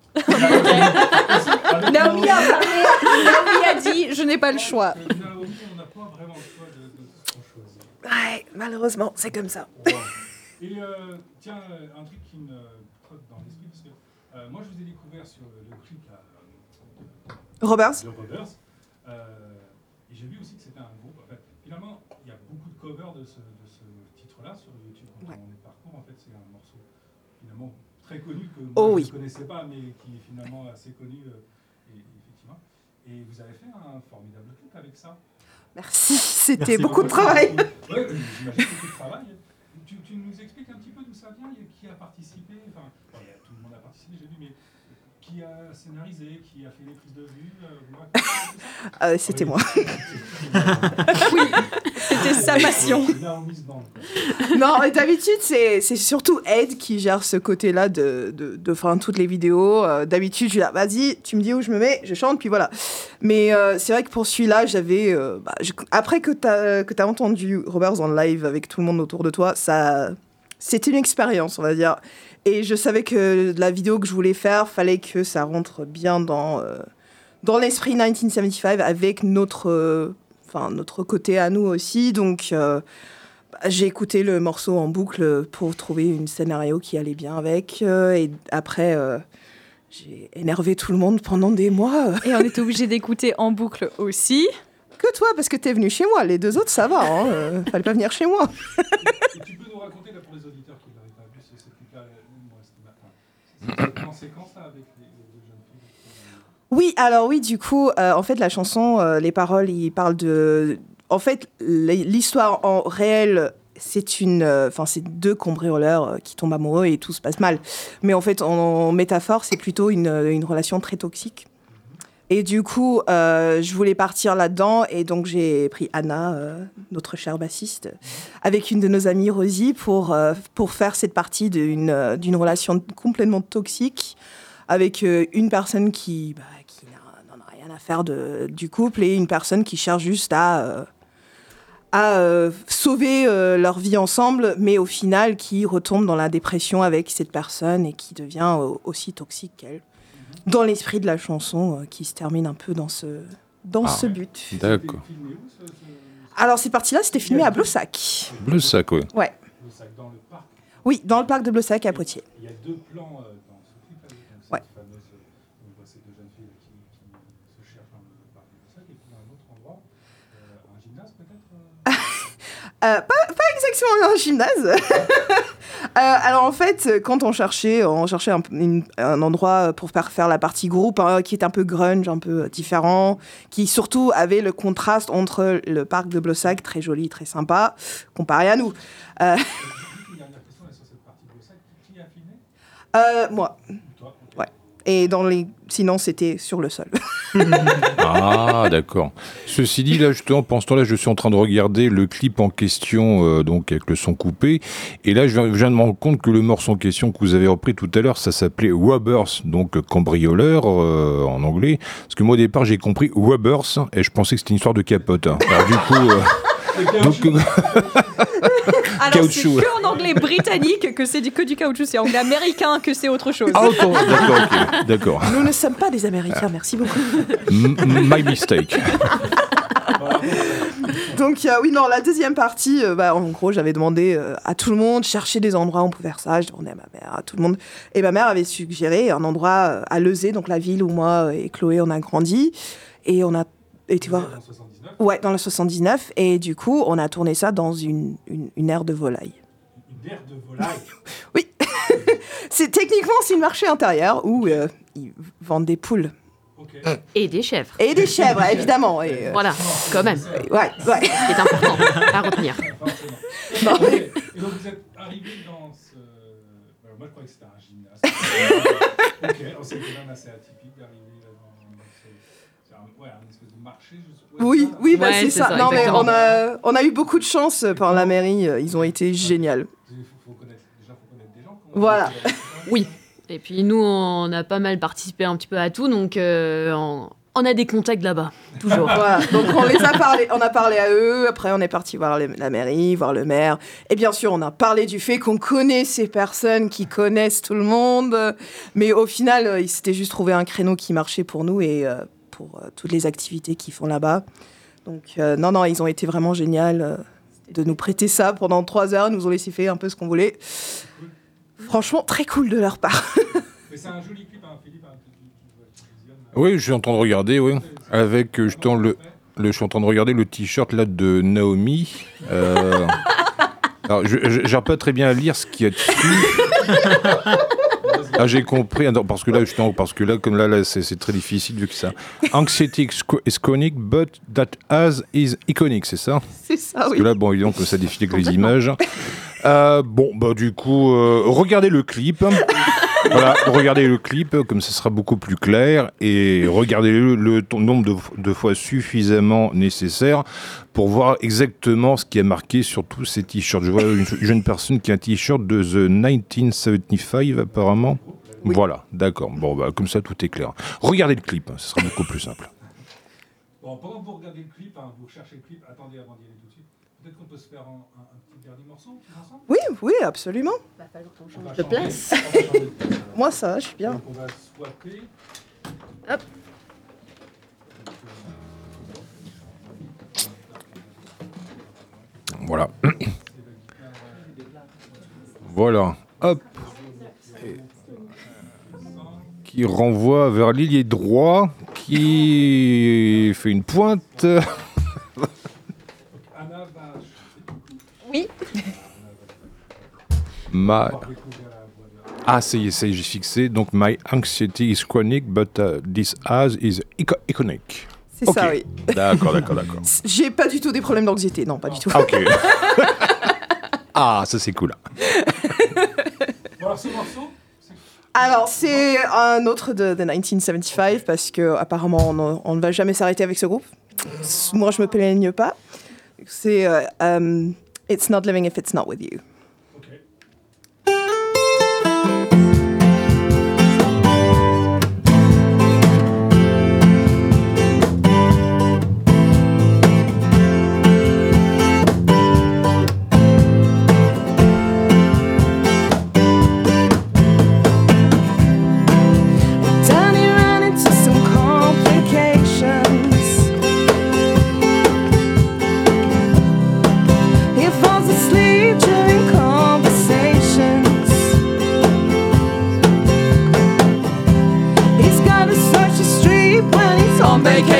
Naomi a dit, je n'ai pas le choix. Naomi, on n'a pas vraiment le choix de ce qu'on choisit. Ouais, malheureusement, c'est comme ça. Et tiens, un truc qui me trotte dans l'esprit, parce que moi je vous ai découvert sur le clip là, Robbers. de Robbers, et j'ai vu aussi que c'était un groupe. En fait, finalement, il y a beaucoup de covers de ce titre-là sur YouTube. Quand on est parcours, en fait, c'est un morceau finalement très connu que moi je ne connaissais pas, mais qui est finalement assez connu, effectivement. Et vous avez fait un formidable clip avec ça. Merci, c'était Merci beaucoup de travail. Oui, j'imagine beaucoup de travail. Tu nous expliques un petit peu d'où ça vient, qui a participé, enfin, bon, tout le monde a participé, j'ai vu, mais qui a scénarisé, qui a fait les prises de vue, C'était moi. Oui, c'était sa passion. Non, mais d'habitude, c'est surtout Ed qui gère ce côté-là de toutes les vidéos. D'habitude, je suis là, vas-y, tu me dis où je me mets, je chante, puis voilà. Mais c'est vrai que pour celui-là, j'avais... après que t'as entendu Robbers en live avec tout le monde autour de toi, c'était une expérience, on va dire. Et je savais que la vidéo que je voulais faire, fallait que ça rentre bien dans l'esprit 1975 avec notre côté à nous aussi. Donc, j'ai écouté le morceau en boucle pour trouver un scénario qui allait bien avec. Et après, j'ai énervé tout le monde pendant des mois. Et on était obligé d'écouter en boucle aussi. Que toi, parce que t'es venu chez moi. Les deux autres, ça va. Fallait pas venir chez moi. Et tu peux nous raconter, là, pour les auditeurs qui ne l'avaient pas vu, c'est en séquence là, avec les deux jeunes filles. Oui, alors oui, du coup, en fait, la chanson, les paroles, ils parlent de... En fait, l'histoire en réel, c'est deux cambrioleurs qui tombent amoureux et tout se passe mal. Mais en fait, en métaphore, c'est plutôt une relation très toxique. Et du coup, je voulais partir là-dedans, et donc j'ai pris Anna, notre chère bassiste, avec une de nos amies, Rosie, pour faire cette partie d'une relation complètement toxique, avec une personne qui n'en a rien à faire du couple, et une personne qui cherche juste à sauver leur vie ensemble, mais au final qui retombe dans la dépression avec cette personne et qui devient aussi toxique qu'elle. Dans l'esprit de la chanson qui se termine un peu dans ce dans ce but. D'accord. Filmé où ce Alors, ces parties-là, c'était filmé à Blossac. Le sac, oui. Ouais. le sac dans le parc? Oui, dans le parc de Blossac à Poitiers. Il y a deux plans dans ce clip. Donc Ouais. cette fameuse, on voit ces deux jeunes filles qui se cherchent dans le parc de Blossac. Et puis à un autre endroit, un gymnase peut-être Pas exactement un gymnase. Alors en fait, quand on cherchait un endroit pour faire la partie groupe qui est un peu grunge, un peu différent, qui surtout avait le contraste entre le parc de Blossac, très joli, très sympa, comparé à nous. Une dernière question là, sur cette partie de Blossac. Qui a filmé? Moi. Toi. Ok. Ouais. Et sinon, c'était sur le sol. Ah, d'accord. Ceci dit, là, justement, pendant ce temps-là, je suis en train de regarder le clip en question, donc avec le son coupé. Et là, je viens de me rendre compte que le morceau en question que vous avez repris tout à l'heure, ça s'appelait Robbers, donc cambrioleur en anglais. Parce que moi, au départ, j'ai compris Robbers et je pensais que c'était une histoire de capote. Alors, du coup. Alors, Caoutchouc. c'est que en anglais britannique que c'est que du caoutchouc, c'est anglais américain que c'est autre chose. Ah, d'accord, ok, d'accord. Nous ne sommes pas des Américains, merci beaucoup. My mistake. Donc oui, non, la deuxième partie, en gros, j'avais demandé à tout le monde, chercher des endroits où on pouvait faire ça. Je demandais à ma mère, à tout le monde. Et ma mère avait suggéré un endroit à Lezay, donc la ville où moi et Chloé, on a grandi. Et on a été voir... Dans 79. Ouais, dans le 79. Et du coup, on a tourné ça dans une aire de volaille. Une aire de volaille. Oui. Techniquement, c'est une marché intérieur où ils vendent des poules. Ok. Et des chèvres. Et des chèvres, évidemment. Et, Voilà, quand même. ouais. Ce qui est important à retenir. Forcément. Non, Ok. mais- Et donc vous êtes arrivé dans ce. Alors, moi je croyais que c'était un gymnase. Ok, on s'est quand même assez atypique d'arriver dans ce. C'est un espèce de marché. Oui, oui, bah, Ouais, c'est c'est ça. ça, Non, mais exactement. on a eu beaucoup de chance par la mairie. Ils ont été géniaux. Faut connaître des gens. Voilà. Oui. Et puis nous, on a pas mal participé un petit peu à tout, donc on a des contacts là-bas, toujours. Voilà. Donc on a parlé à eux. Après, on est parti voir la mairie, voir le maire. Et bien sûr, on a parlé du fait qu'on connaît ces personnes qui connaissent tout le monde. Mais au final, ils s'étaient juste trouvé un créneau qui marchait pour nous et pour toutes les activités qu'ils font là-bas. Donc non, ils ont été vraiment géniaux de nous prêter ça pendant 3 heures. Ils nous ont laissé faire un peu ce qu'on voulait. Franchement, très cool de leur part. Mais c'est un joli clip, hein, Philippe, hein, qui visionne. Oui, je suis en train de regarder, oui. Avec, justement, je suis en train de regarder le t-shirt là de Naomi. Alors, j'arrive pas très bien à lire ce qu'il y a dessus. Ah, j'ai compris. Attends, parce que là, comme là c'est très difficile vu que ça. Anxiety is chronic, but that as is iconic, c'est ça? C'est ça, Parce oui. que là, bon, évidemment, que ça défile avec les images. Du coup, regardez le clip. Voilà, regardez le clip, comme ça sera beaucoup plus clair, et regardez-le le nombre de fois suffisamment nécessaire pour voir exactement ce qui est marqué sur tous ces t-shirts. Je vois une jeune personne qui a un t-shirt de The 1975, apparemment. Oui. Voilà, d'accord. Bon, comme ça, tout est clair. Regardez le clip, ce sera beaucoup plus simple. Bon, pendant que vous regardez le clip, hein, vous recherchez le clip, attendez avant d'y aller tout de suite. Peut-être qu'on peut se faire un petit dernier morceau tous ensemble. Oui, absolument. Va falloir qu'on On change va de changer- place. on va changer de place, alors. Moi, ça va, je suis bien. Donc on va swapper. Hop. Voilà. Voilà. Hop. Et- qui renvoie vers l'ailier droit, qui fait une pointe. Anna va Oui. Ma... pouvoir découvrir la voix de Ah, ça y est, j'ai fixé. Donc, my anxiety is chronic, but this as is iconic. C'est ça, oui. D'accord. J'ai pas du tout des problèmes d'anxiété, non, pas du tout. Ah, ok. Ah, ça c'est cool. Bon, alors ce morceau, c'est Alors, c'est un autre de 1975 parce que apparemment on ne va jamais s'arrêter avec ce groupe. Moi, je me plaigne pas. C'est It's not living if it's not with you. ok. Then you run into some complications.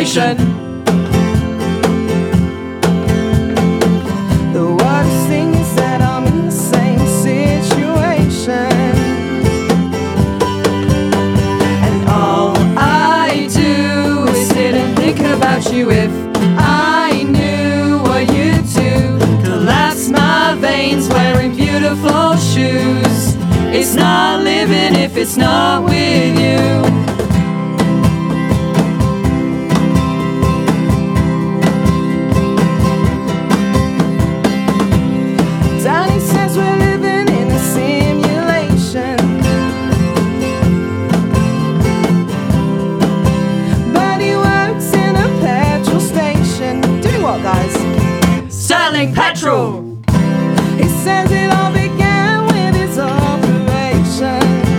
situation. The worst thing is that I'm in the same situation. And all I do is sit and think about you. If I knew what you'd do, collapse my veins wearing beautiful shoes. It's not living if it's not with you. Danny says we're living in a simulation, but he works in a petrol station. Doing what, guys? Selling petrol. He says it all began with his operation.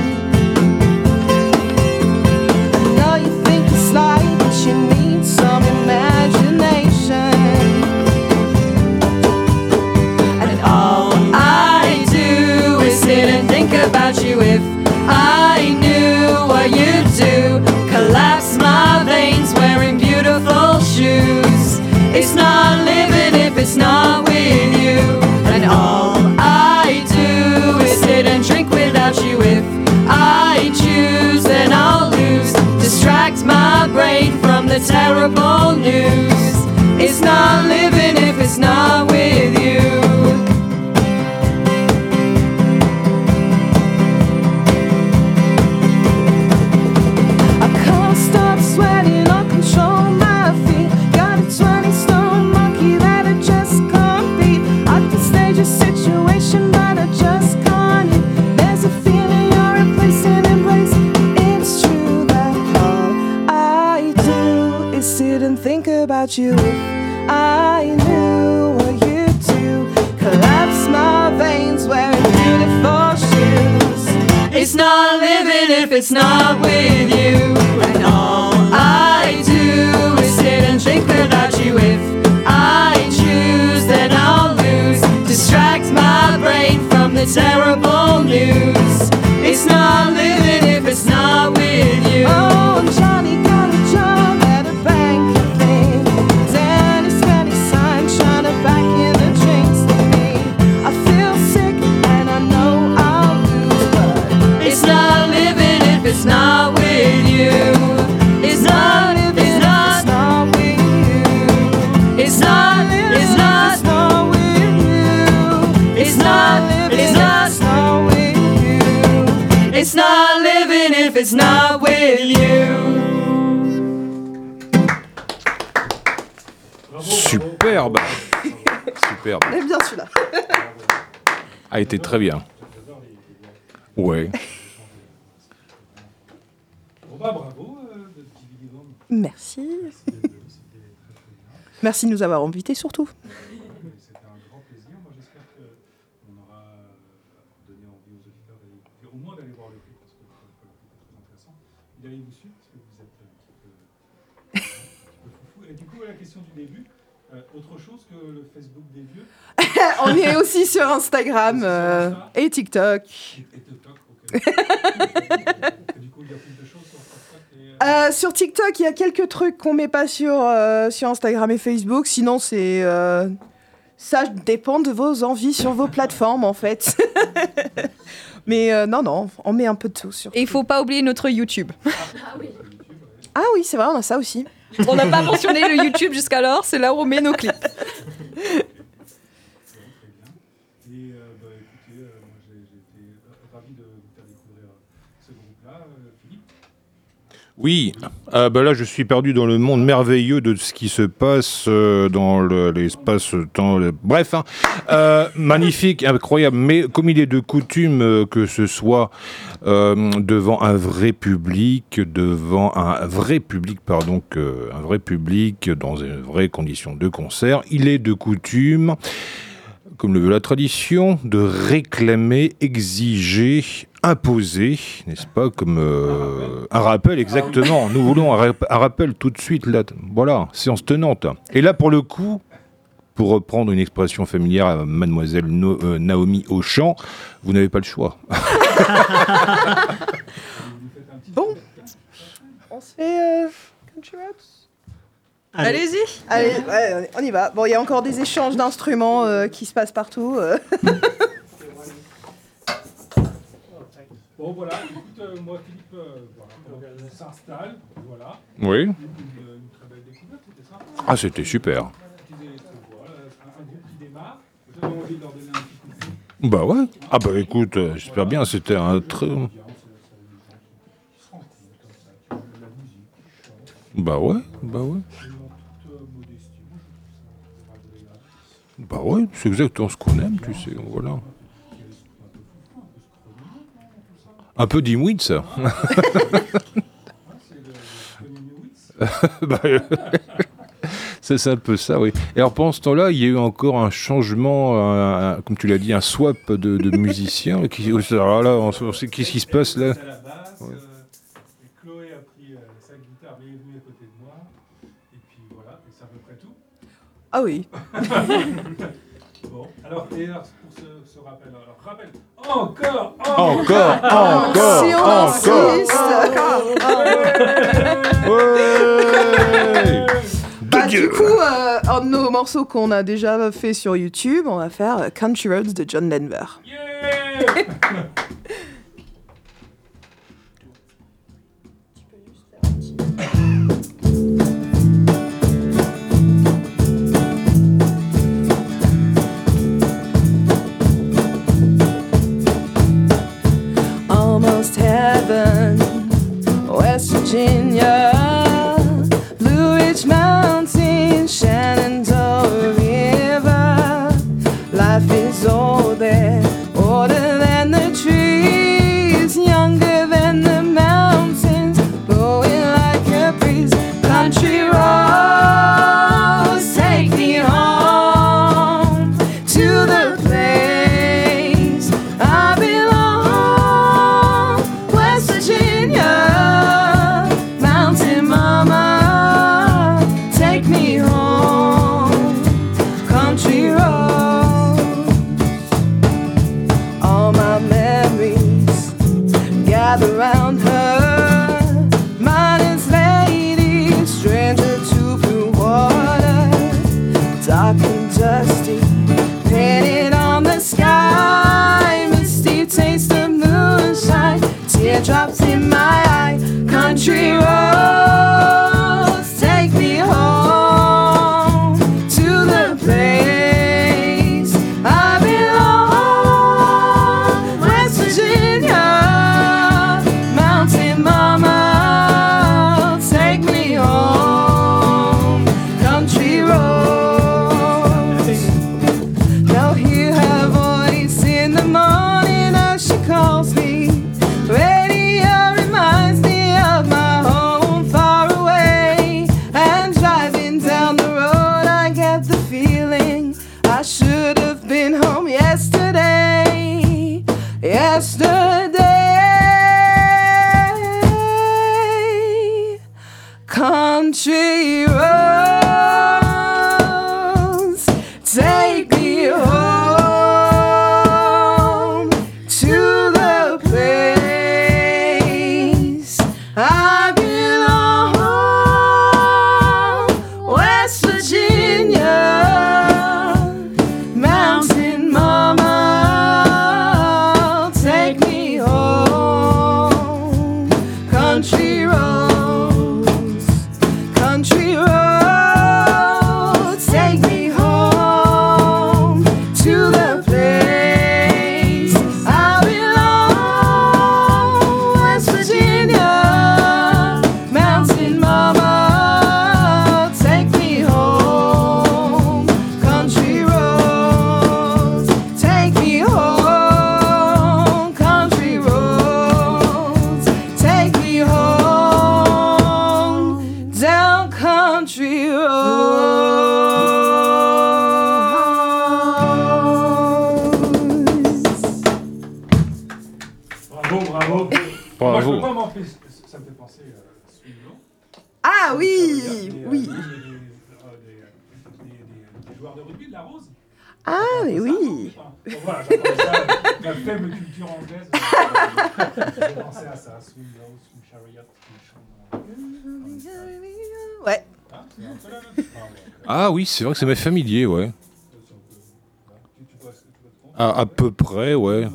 I know you think it's like, but you need some imagination. And all I do is sit and think about you. If I knew what you'd do, collapse my veins wearing beautiful shoes. It's not living if it's not with you. And all I do is sit and drink without you. If I choose, then I'll lose. Distract my brain from the terrible news. It's not living if it's not with you. I can't stop sweating or control my feet. Got a 20-stone monkey that I just can't beat. I can stage a situation, but I just can't eat. There's a feeling you're replacing embrace. It's true that all I do is sit and think about you. If I knew what you'd do, collapse my veins wearing beautiful shoes. It's not living if it's not with you. And all I do is sit and drink without you. If I choose, then I'll lose. Distract my brain from the terrible news. It's not living if it's not with you. Oh, and Johnny got a job at a bank, I think. Danny spent his time trying to back in the drinks to me. I feel sick and I know I'll lose, but it's not living if it's not with you. It's not living if it's not with you. It's not living if it's not with you. It's not living if it's not with you. It's not living if it's not with you. Superbe. Superbe. J'aime bien celui-là. A été très bien. Ouais. Bon bah bravo, de petit Billy. Merci. Merci de nous avoir invités surtout. C'était un grand plaisir. Moi j'espère qu'on aura donné envie aux auditeurs d'aller écouter, au moins d'aller voir le clip, parce que le clip est très intéressant. Il allait vous suivre, parce que vous êtes un petit peu foufou. Et du coup, la question du début, autre chose que le Facebook des vieux On est aussi sur Instagram et TikTok. et TikTok, ok. Et du coup, il y a plus de choses sur TikTok Sur TikTok, il y a quelques trucs qu'on met pas sur Instagram et Facebook. Sinon, c'est ça dépend de vos envies sur vos plateformes, en fait. Mais non, on met un peu de tout sur. Et il faut pas oublier notre YouTube. Ah oui, c'est vrai, on a ça aussi. On n'a pas mentionné le YouTube jusqu'alors, c'est là où on met nos clips. Et écoutez, moi j'ai été ravi de vous faire découvrir ce groupe-là. Philippe. Oui, là je suis perdu dans le monde merveilleux de ce qui se passe dans l'espace-temps. Bref, magnifique, incroyable, mais comme il est de coutume que ce soit devant un vrai public, un vrai public dans une vraie condition de concert, il est de coutume, comme le veut la tradition, de réclamer, exiger, imposer, n'est-ce pas, comme un rappel, exactement. Nous voulons un rappel tout de suite, là. Voilà, séance tenante. Et là, pour le coup, pour reprendre une expression familière à mademoiselle Naomi Auchan, vous n'avez pas le choix. Bon, on se fait Country Roads. Allez, ouais, on y va. Bon, il y a encore des échanges d'instruments qui se passent partout. Bon, voilà, écoute, moi, Philippe, voilà, on s'installe, voilà. Oui. Une très belle découverte, c'était ça. Ah, c'était super. Voilà, un groupe qui démarre. Vous avez envie de leur donner un petit coup de fil. Bah ouais. Ah bah écoute, j'espère bien, c'était un très... Bah ouais. Bah ouais, c'est exactement ce qu'on aime, tu sais, voilà. Un peu d'Imwitz. Bah, c'est un peu ça, oui. Et alors pendant ce temps-là, il y a eu encore un changement, comme tu l'as dit, un swap de musiciens. Alors là, qu'est-ce qui se passe là? Chloé a pris sa guitare, mais elle est venue à côté de moi. Et puis voilà, et c'est à peu près tout. Ah oui. Bon, alors, et alors pour ce rappel, alors rappel, encore. Si on insiste. Bah, du coup, un de nos morceaux qu'on a déjà fait sur YouTube, on va faire Country Roads de John Denver. Yeah. Almost heaven, West Virginia, Blue Ridge Mountains, Shenandoah River. Life is old there, older than the trees, younger than the mountains, blowing like a breeze. Country roads take me home to the place I belong. West Virginia, Mountain Mama, take me home. Country roads, all my memories gather round her. Minus lady, stranger to blue water, dark and dusty, painted on the sky. Misty taste of moonshine, teardrops in my eye. Country roads take me home to the place I belong. West Virginia, Mountain Mama, take me home. Country roads. Now hear her voice in the morning as she calls me. Radio reminds me of my home far away. And driving down the road, I get the feeling I should have been home yesterday. Yesterday. Country roads take me home to the place I belong. West Virginia, Mountain Mama, take me home. Country roads, country roads, take me home to the place I belong. West Virginia, Mountain Mama, take me home. Country roads, take me home. Country roads, take me home. Down country roads. Bravo, bravo. Moi, je peux pas m'empêcher. Ça me fait penser à Swingo. Ah oui, oui. Des joueurs de rugby de la Rose. Ah mais oui. Bon, voilà, j'attendais ça, la faible culture anglaise. J'ai pensé à Ah, ça, Swing Low, Swing Chariot, qui chante. Ouais. Ah, c'est un peu la même. Ah, ouais. Ah oui, c'est vrai que ça m'est familier, ouais. Tu vois ce que tu vois te compte. À peu près, ouais.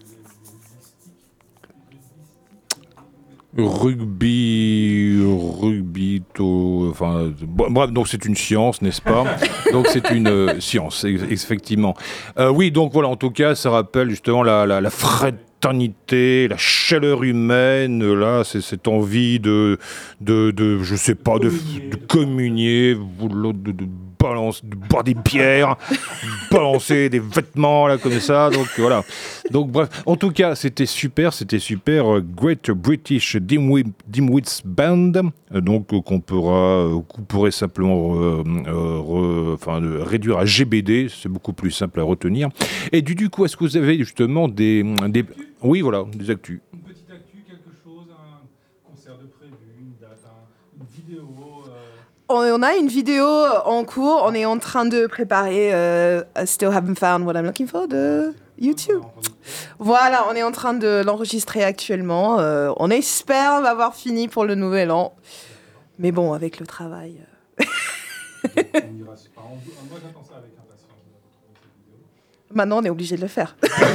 Enfin, bref, donc c'est une science, n'est-ce pas? Donc c'est une science, effectivement. Oui, donc voilà, en tout cas, ça rappelle justement la fraternité, la chaleur humaine, là, c'est cette envie je sais pas, de communier, de boire des bières, balancer des vêtements, là, comme ça, donc voilà. Donc bref, en tout cas, c'était super, Great British Dimwits Band, donc qu'on pourrait simplement réduire à GBD, c'est beaucoup plus simple à retenir. Et du coup, est-ce que vous avez justement des oui, voilà, des actus. Une petite actu, quelque chose, un concert de prévu, une date, une vidéo. On a une vidéo en cours, on est en train de préparer I Still Haven't Found What I'm Looking For de YouTube. Voilà, on est en train de l'enregistrer actuellement. On espère l'avoir fini pour le nouvel an. Mais bon, avec le travail... On ira, moi j'attends ça avec impatience de retrouver cette vidéo. Maintenant, on est obligé de le faire.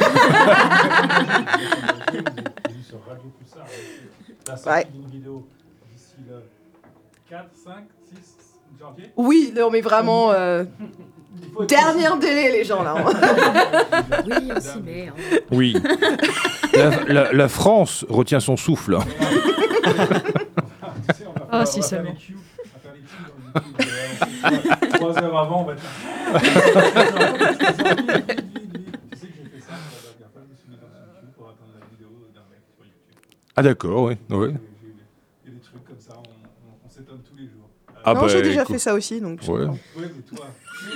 Sur Radio Pulsar, la sortie d'une vidéo d'ici le 4, 5, 6 janvier. Oui, non, mais vraiment... dernier délai, les gens, là. Oui, on s'y met. Hein. Oui. La France retient son souffle. Ah, si seulement. On va faire les cues dans YouTube. 3 heures avant, on va dire. Tu sais que j'ai fait ça la dernière fois, je me suis mis dans une queue pour attendre la vidéo d'un mec sur YouTube. Ah d'accord, oui. Ouais. Il y a des trucs comme ça, on s'étonne tous les jours. Ah non, bah, j'ai déjà écoute. fait ça aussi, donc... je Ouais. comprends. Ouais, mais toi,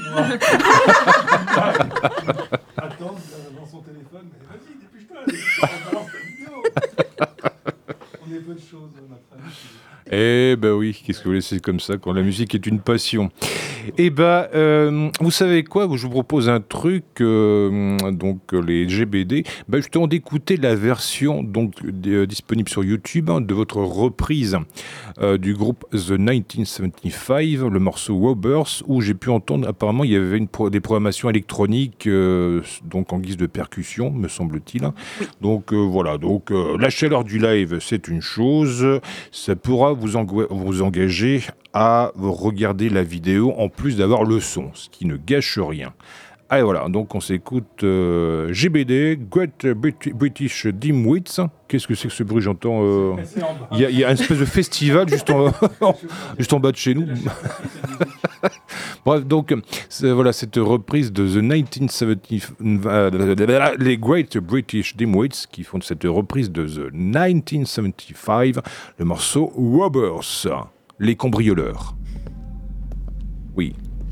attends dans son téléphone, mais vas-y, dépêche-toi, on balance ta vidéo. On est peu de choses, notre ami. Eh ben oui, qu'est-ce que vous voulez, c'est comme ça quand la musique est une passion. Eh ben, vous savez quoi, je vous propose un truc, donc les GBD, justement d'écouter la version donc disponible sur YouTube de votre reprise du groupe The 1975, le morceau Robbers, où j'ai pu entendre apparemment il y avait des programmations électroniques donc en guise de percussion, me semble-t-il. Donc voilà, donc la chaleur du live c'est une chose, ça pourra vous engager à regarder la vidéo en plus d'avoir le son, ce qui ne gâche rien. Allez voilà, donc on s'écoute GBD, Great British Dimwits. Qu'est-ce que c'est que ce bruit, j'entends il y a une espèce de festival juste en bas de chez nous. Bref, donc voilà cette reprise de The 1970, les Great British Dimwits qui font cette reprise de The 1975, le morceau Robbers, les cambrioleurs. Oui.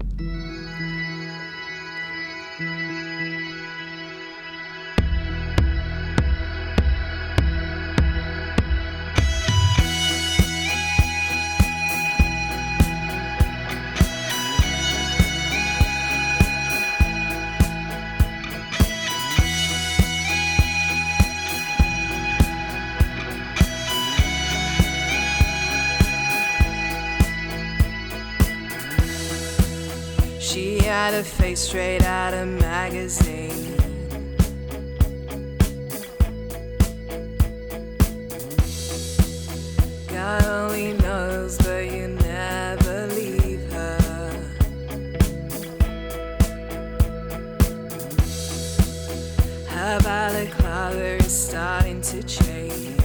She had a face straight out of magazine. God only knows, but you never leave her. Her balaclava is starting to chafe.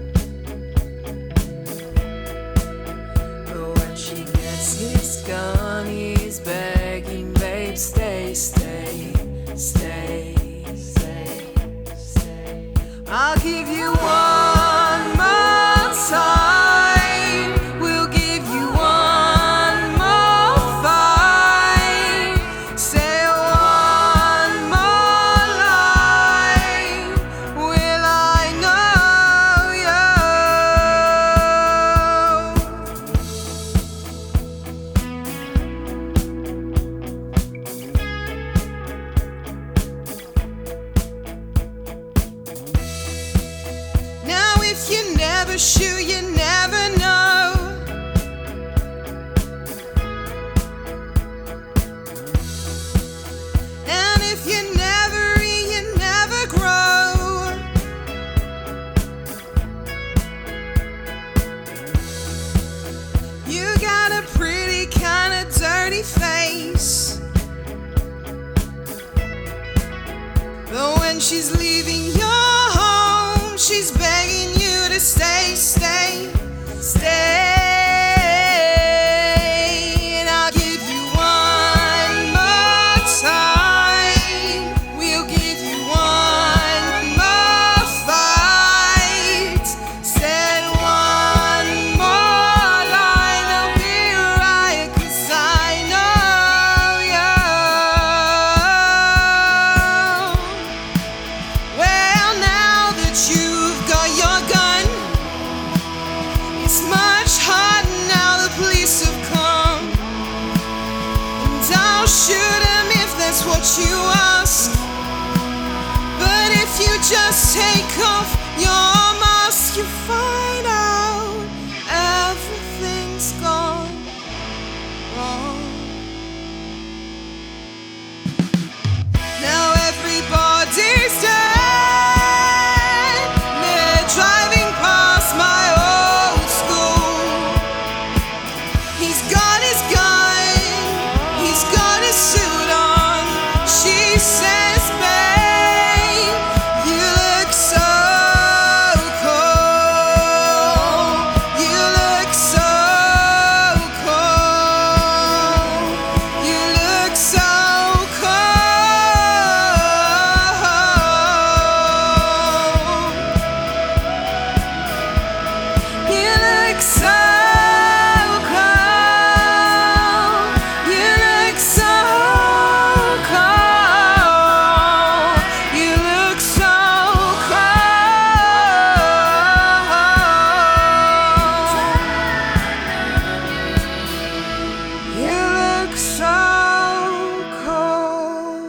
But when she gets his gun, he's begging, babe, stay, stay, stay, stay, stay. I'll give you one more time. We'll give you one more fight. Say one more line. Will I know you? if you never shoot, you never know. And if you never eat, you never grow. You got a pretty kind of dirty face. But when she's leaving your home, she's begging you to stay, stay, stay. And I'll give you one more time. We'll give you one more fight. Said one more line, I'll be right, 'cause I know you. Well, now that you've got your gun, it's much harder now the police have come. And I'll shoot him if that's what you ask. But if you just take off your mask, you find out everything's gone wrong. Now everybody's dead. They're driving past my old school. He's got his gun, he's got his suit on. She says, babe, you look so cold. You look so cold. You look so cold. You look so cold. You look so cold. You look so cold. You look so cold.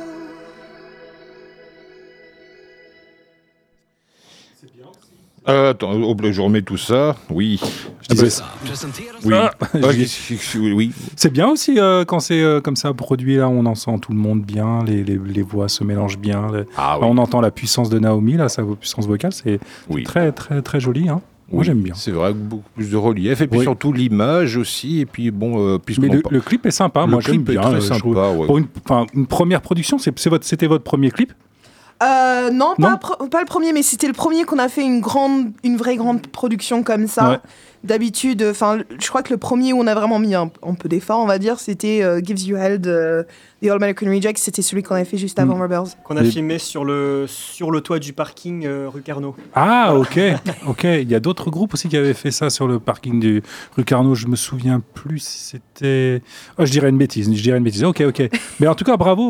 Attends, je remets tout ça. Oui. Je disais ça. Oui. Ah. Oui. C'est bien aussi quand c'est comme ça produit, là, on en sent tout le monde bien, les voix se mélangent bien. Ah oui. On entend la puissance de Naomi, là, sa puissance vocale, c'est Oui. très, très, très joli. Hein. Moi, Oui, j'aime bien. C'est vrai, beaucoup plus de relief. Et puis Oui. surtout l'image aussi. Et puis bon, puisqu'on Mais parle- le clip est sympa, Le moi j'aime clip est bien. très je sympa, trouve. ouais. Pour une première production, c'était votre premier clip? Non, Non. pas le premier, mais c'était le premier qu'on a fait une vraie grande production comme ça. Ouais. D'habitude, je crois que le premier où on a vraiment mis un peu d'effort, on va dire, c'était Gives You Hell de The All American Rejects. C'était celui qu'on avait fait juste avant Rebels. Qu'on a Mais- filmé sur le toit du parking rue Carnot. Ah, ok. Il y a d'autres groupes aussi qui avaient fait ça sur le parking du rue Carnot. Je me souviens plus si c'était. Oh, je dirais une bêtise. Ok. Mais en tout cas, bravo.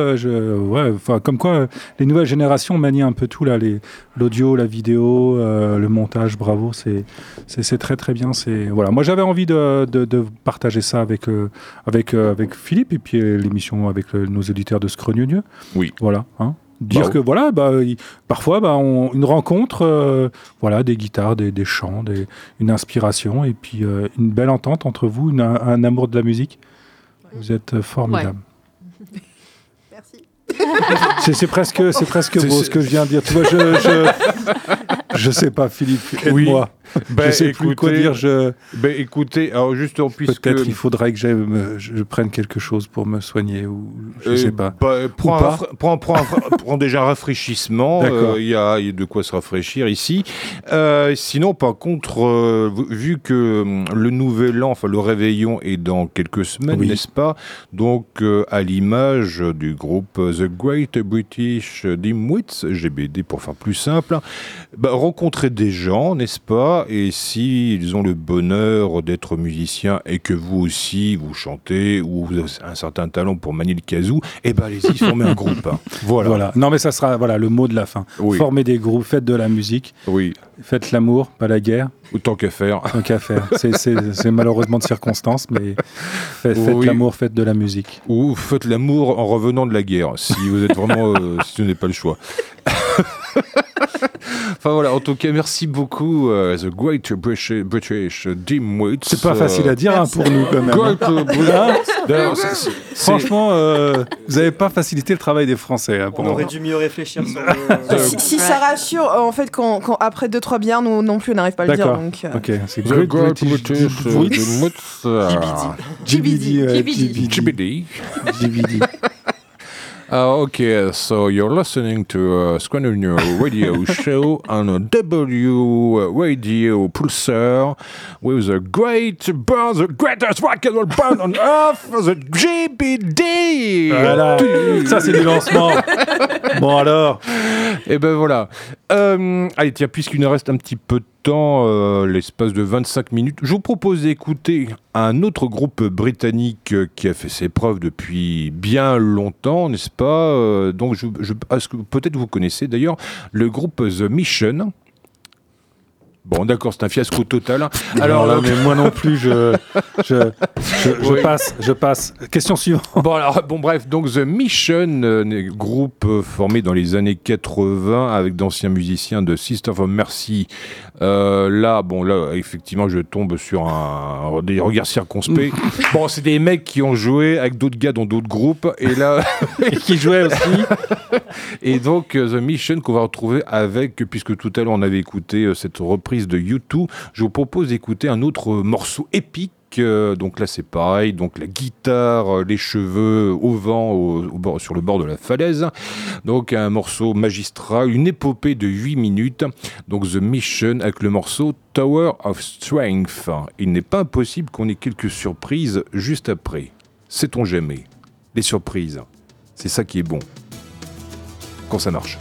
Comme quoi, les nouvelles générations manient un peu tout là, l'audio, la vidéo, le montage. Bravo, c'est très très bien. Voilà. Moi, j'avais envie de partager ça avec Philippe et puis l'émission avec nos éditeurs de Scrogneux. Oui. Voilà. Hein. Dire Bah, que voilà, parfois une rencontre, des guitares, des chants, une inspiration et puis une belle entente entre vous, un amour de la musique. Vous êtes formidable. Merci. C'est presque beau ce que je viens de dire. Tu vois, je sais pas, Philippe, aide-moi. Je sais plus quoi dire. Écoutez, alors justement, puisque... Peut-être il faudrait que je prenne quelque chose pour me soigner ou je sais pas. Prends déjà un rafraîchissement. D'accord. Il y a de quoi se rafraîchir ici. Sinon, par contre, vu que le nouvel an, enfin le réveillon est dans quelques semaines, Oui. n'est-ce pas? Donc, à l'image du groupe The Great British Dimwits, GBD pour faire plus simple, rencontrez des gens, n'est-ce pas? Et s'ils ont le bonheur d'être musiciens et que vous aussi, vous chantez ou vous avez un certain talent pour manier le kazoo, allez-y, formez un groupe. Hein. Voilà. Non, mais ça sera le mot de la fin. Oui. Formez des groupes, faites de la musique, Oui, faites l'amour, pas la guerre. autant qu'à faire. Tant qu'à faire. C'est malheureusement de circonstance, mais faites Oui. l'amour, faites de la musique. Ou faites l'amour en revenant de la guerre, si vous êtes vraiment, si vous n'avez pas le choix. Enfin voilà, en tout cas, merci beaucoup, The Great British Dimwits. C'est pas facile à dire pour nous quand même. Great D'ailleurs, franchement, vous n'avez pas facilité le travail des Français. Pour On aurait dû mieux réfléchir sur le... Si ça rassure, en fait, quand après 2-3 bières, nous non plus, on n'arrive pas à le dire. D'accord. Donc, Ok, c'est The Great Great British Dimwits. GBD. Okay, so you're listening to Scandinavian Radio Show on a W Radio Pulsar with the greatest rock and roll band on earth, the GBD. Voilà, ça c'est du lancement. Bon alors. Et ben voilà. Allez, tiens, puisqu'il nous reste un petit peu de temps, l'espace de 25 minutes, je vous propose d'écouter un autre groupe britannique qui a fait ses preuves depuis bien longtemps, n'est-ce pas donc, est-ce que peut-être vous connaissez d'ailleurs le groupe The Mission. Bon, d'accord, c'est un fiasco total. Alors là, mais moi non plus, je passe. Question suivante. Bon, bref, donc The Mission, groupe formé dans les années 80 avec d'anciens musiciens de Sisters of Mercy. Là, effectivement, je tombe sur des regards circonspects. Bon, c'est des mecs qui ont joué avec d'autres gars dans d'autres groupes et là, qui jouaient aussi. Et donc, The Mission qu'on va retrouver puisque tout à l'heure on avait écouté cette reprise de U2, je vous propose d'écouter un autre morceau épique. Donc là c'est pareil, donc la guitare, les cheveux au vent sur le bord de la falaise, donc un morceau magistral, une épopée de 8 minutes, donc The Mission avec le morceau Tower of Strength. Il n'est pas impossible qu'on ait quelques surprises juste après, sait-on jamais, les surprises, c'est ça qui est bon quand ça marche.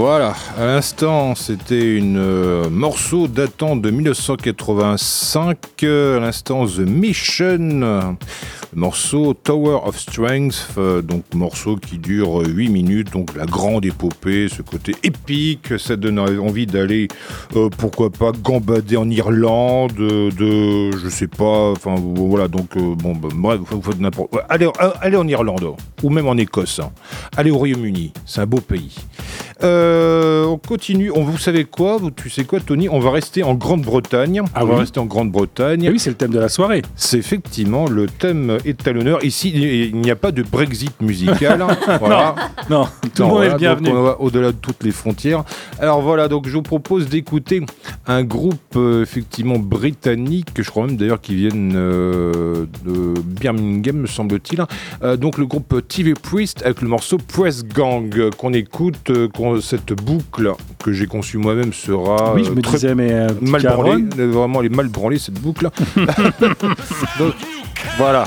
Voilà, à l'instant, c'était une morceau datant de 1985, à l'instant The Mission, morceau Tower of Strength, donc morceau qui dure 8 minutes, donc la grande épopée, ce côté épique, ça donne envie d'aller, pourquoi pas, gambader en Irlande, je sais pas, enfin voilà, donc bref, vous faites n'importe quoi. Allez en Irlande, ou même en Écosse, hein. Allez au Royaume-Uni, c'est un beau pays. On continue. Vous savez quoi? Tu sais quoi, Tony? On va rester en Grande-Bretagne. Ah, on va oui. rester en Grande-Bretagne. Et oui, c'est le thème de la soirée. C'est effectivement le thème est à l'honneur. Ici, il n'y a pas de Brexit musical. Voilà. Non, tout le monde est le bienvenu. Donc on va au-delà de toutes les frontières. Alors voilà, donc je vous propose d'écouter un groupe effectivement britannique, je crois même d'ailleurs qu'ils viennent de Birmingham, me semble-t-il. Donc le groupe TV Priest avec le morceau Press Gang qu'on écoute. Cette boucle que j'ai conçue moi-même sera Oui, je me disais, mais mal branlée. Vraiment, elle est mal branlée cette boucle. Donc voilà.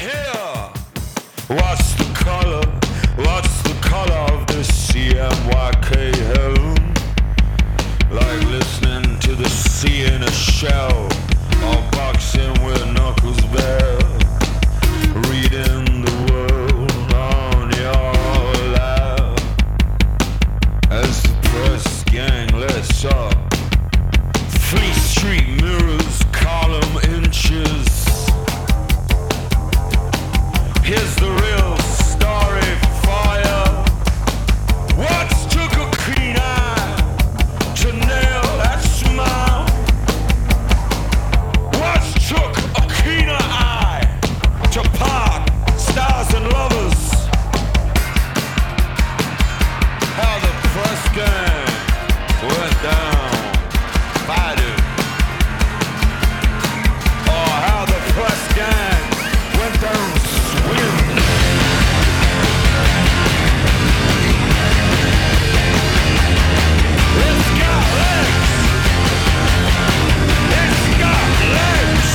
What's the color? What's the color of the CMYK home? Like listening to the sea in a shell, or boxing with knuckles bare, reading the world on your lap as the press gang lets up. Fleet Street mirrors, column inches. Here's the real story for ya. What's took a keen eye to nail that smile? What's took a keener eye to part stars and lovers? How the press gang went down fighting. Or how the press gang went down swinging. It's got legs. It's got legs.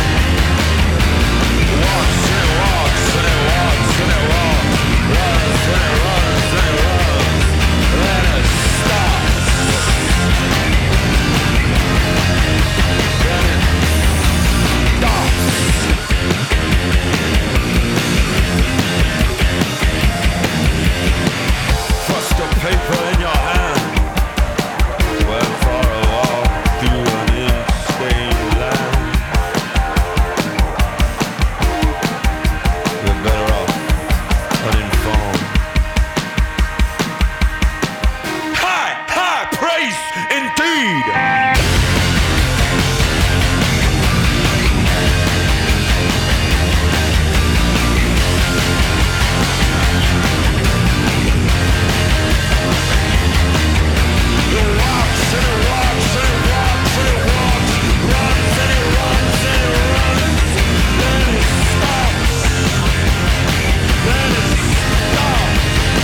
Walks and it walks and it walks and it walks. Runs and it runs and it runs. Then it stops. Then it stops. Thrust of paper in your hand. Went for a walk through an in-state land. You're better off uninformed. High praise indeed. It walks and it walks and it walks and it walks, runs and it runs and it runs, then it stops, then it stops.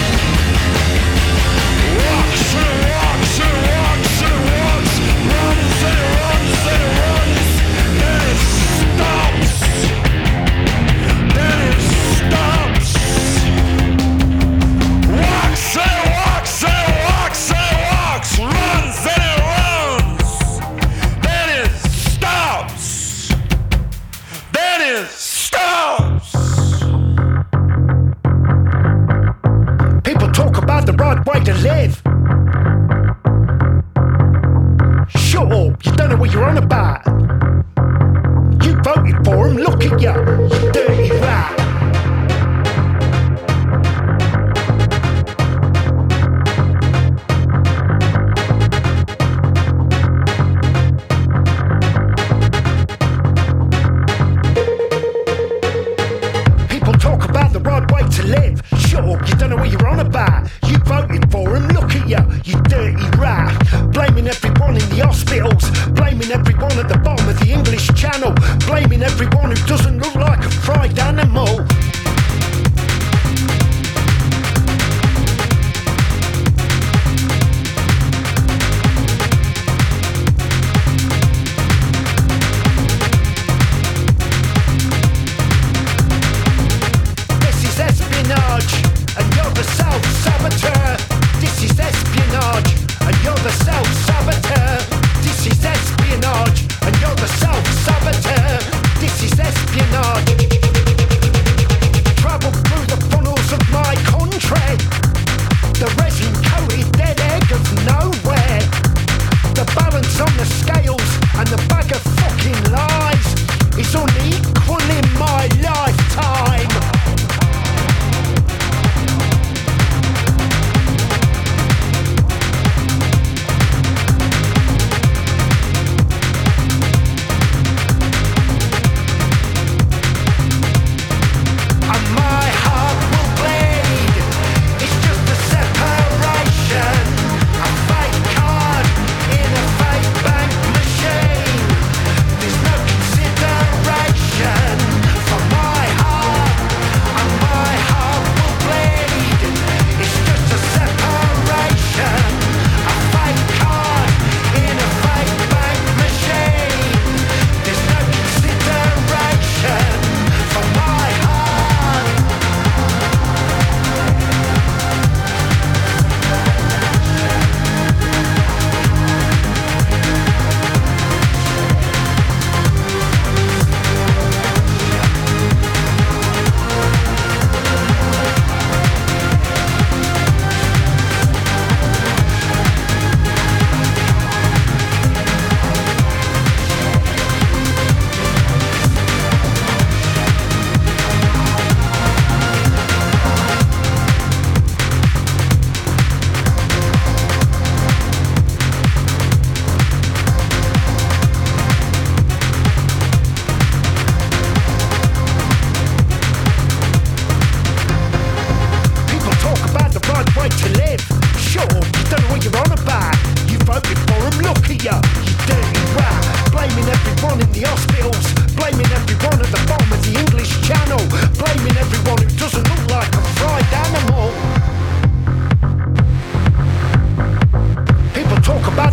Walks and it walks and it walks and it walks, runs and it runs and it runs, then it stops, then it stops. Walks and it walks and it walks and it walks, runs and it runs, then it stops, then it stops. People talk about the right way to live. Shut up, you don't know what you're on about. You voted for him, look at you, you dirty rat. People talk about the right way to live. Shut up, you don't know what you're on about. You voted for him, look at you, you dirty rat. Blaming everyone in the hospitals, blaming everyone at the bottom of the English Channel, blaming everyone who doesn't look like a fried animal. This is espionage, and you're the self-saboteur. This is espionage,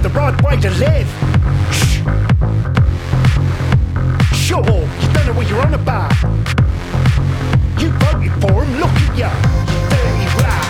the right way to live. Shh. Sure, you don't know what you're on about. You voted for him, look at ya, you dirty rat.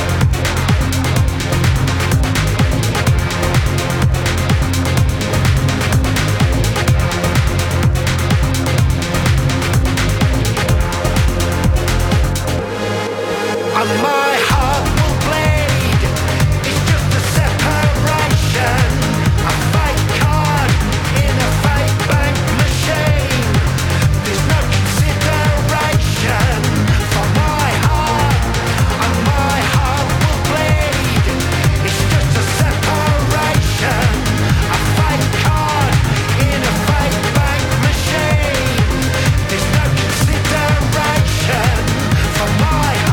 And my heart will bleed. It's just a separation. A fake card in a fake bank machine. There's no consideration for my heart. And my heart will bleed. It's just a separation. A fake card in a fake bank machine. There's no consideration for my heart.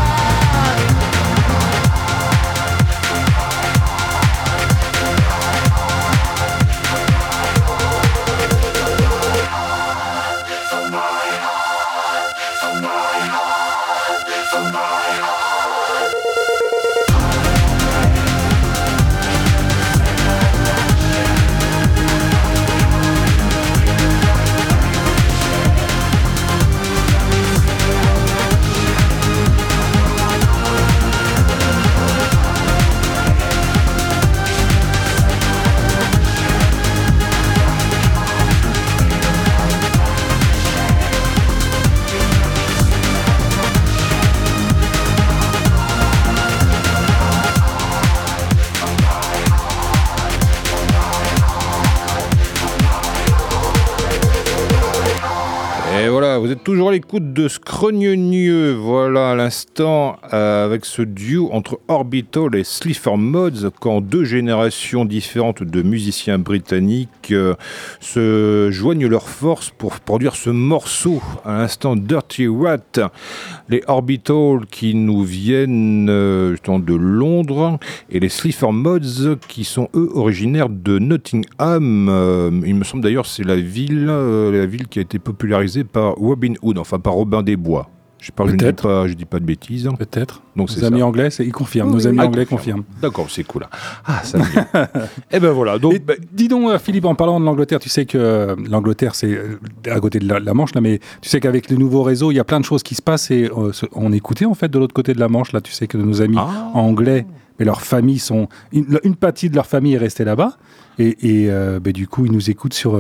Et voilà, vous êtes toujours à l'écoute de Scrogneux, voilà à l'instant, avec ce duo entre Orbital et Sleaford Mods, quand deux générations différentes de musiciens britanniques se joignent leurs forces pour produire ce morceau, à l'instant Dirty Rat. Les Orbital qui nous viennent de Londres, et les Sleaford Mods qui sont eux originaires de Nottingham. Il me semble d'ailleurs c'est la ville qui a été popularisée par Robin Hood, enfin par Robin des Bois. Je dis pas de bêtises. Peut-être. Donc nos amis anglais, ils confirment. Nos amis anglais confirment. D'accord, c'est cool. Ah, ça me vient. Et ben voilà. Donc, dis donc, Philippe, en parlant de l'Angleterre, tu sais que l'Angleterre, c'est à côté de la Manche, là, mais tu sais qu'avec les nouveaux réseaux, il y a plein de choses qui se passent et on écoutait en fait de l'autre côté de la Manche. Là, tu sais que nos amis anglais, mais leur famille sont une partie de leur famille est restée là-bas et du coup, ils nous écoutent sur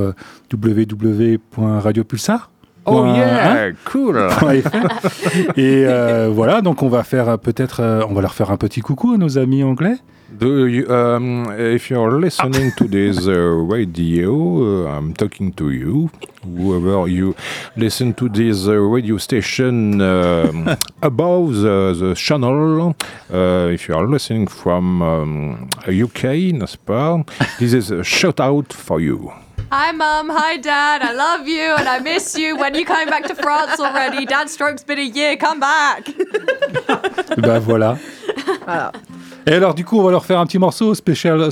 www.radiopulsar. Oh yeah, cool. Et voilà, donc on va faire on va leur faire un petit coucou à nos amis anglais. If you're listening to this radio, I'm talking to you. Whoever you listen to this radio station above the channel, if you are listening from UK, n'est-ce pas? This is a shout out for you. Hi, Mum. Hi, Dad. I love you and I miss you. When you coming back to France already? Dad's stroke's been a year. Come back. Ben voilà. Et alors, du coup, on va leur faire un petit morceau special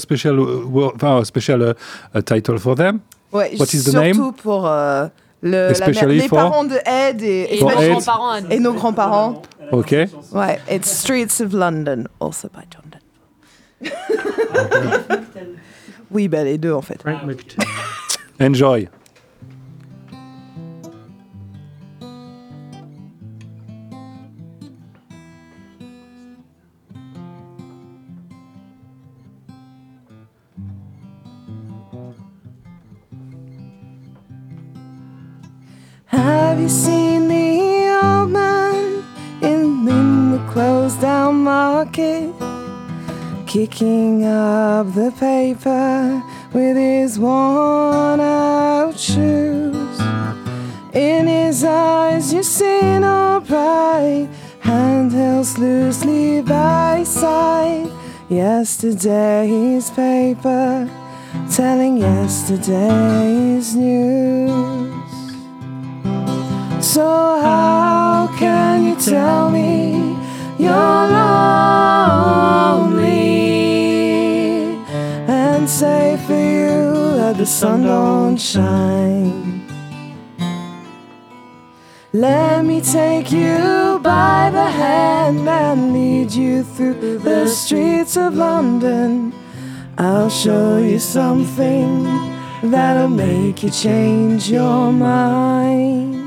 title for them. Ouais, What is the name? Surtout pour les for... parents de Ed et nos grands-parents. Et nos grands-parents. Ok. Ouais, it's Streets of London, also by John Denver. Oui, ben les deux en fait. Enjoy. Have you seen the old man in the closed down market, kicking up the paper with his worn out shoes? In his eyes you see no pride, handheld loosely by side. Yesterday's paper telling yesterday's news. So how can you tell me you're lonely and say for you that the sun don't shine? Let me take you by the hand and lead you through the streets of London. I'll show you something that'll make you change your mind.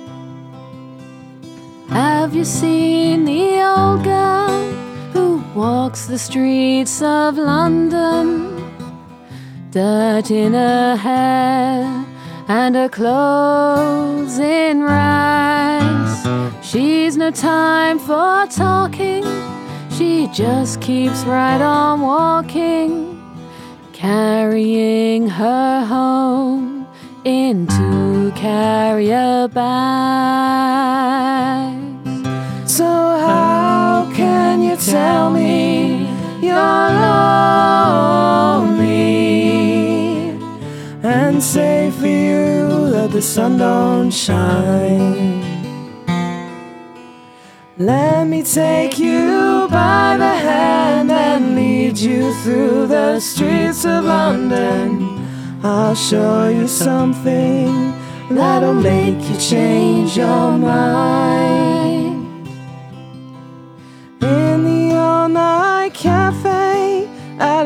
Have you seen the old girl who walks the streets of London? Dirt in her hair and her clothes in rags. She's no time for talking, she just keeps right on walking, carrying her home in 2 carrier bags. So how can you tell me you're lonely and say for you that the sun don't shine? Let me take you by the hand and lead you through the streets of London. I'll show you something that'll make you change your mind. In the all-night cafe at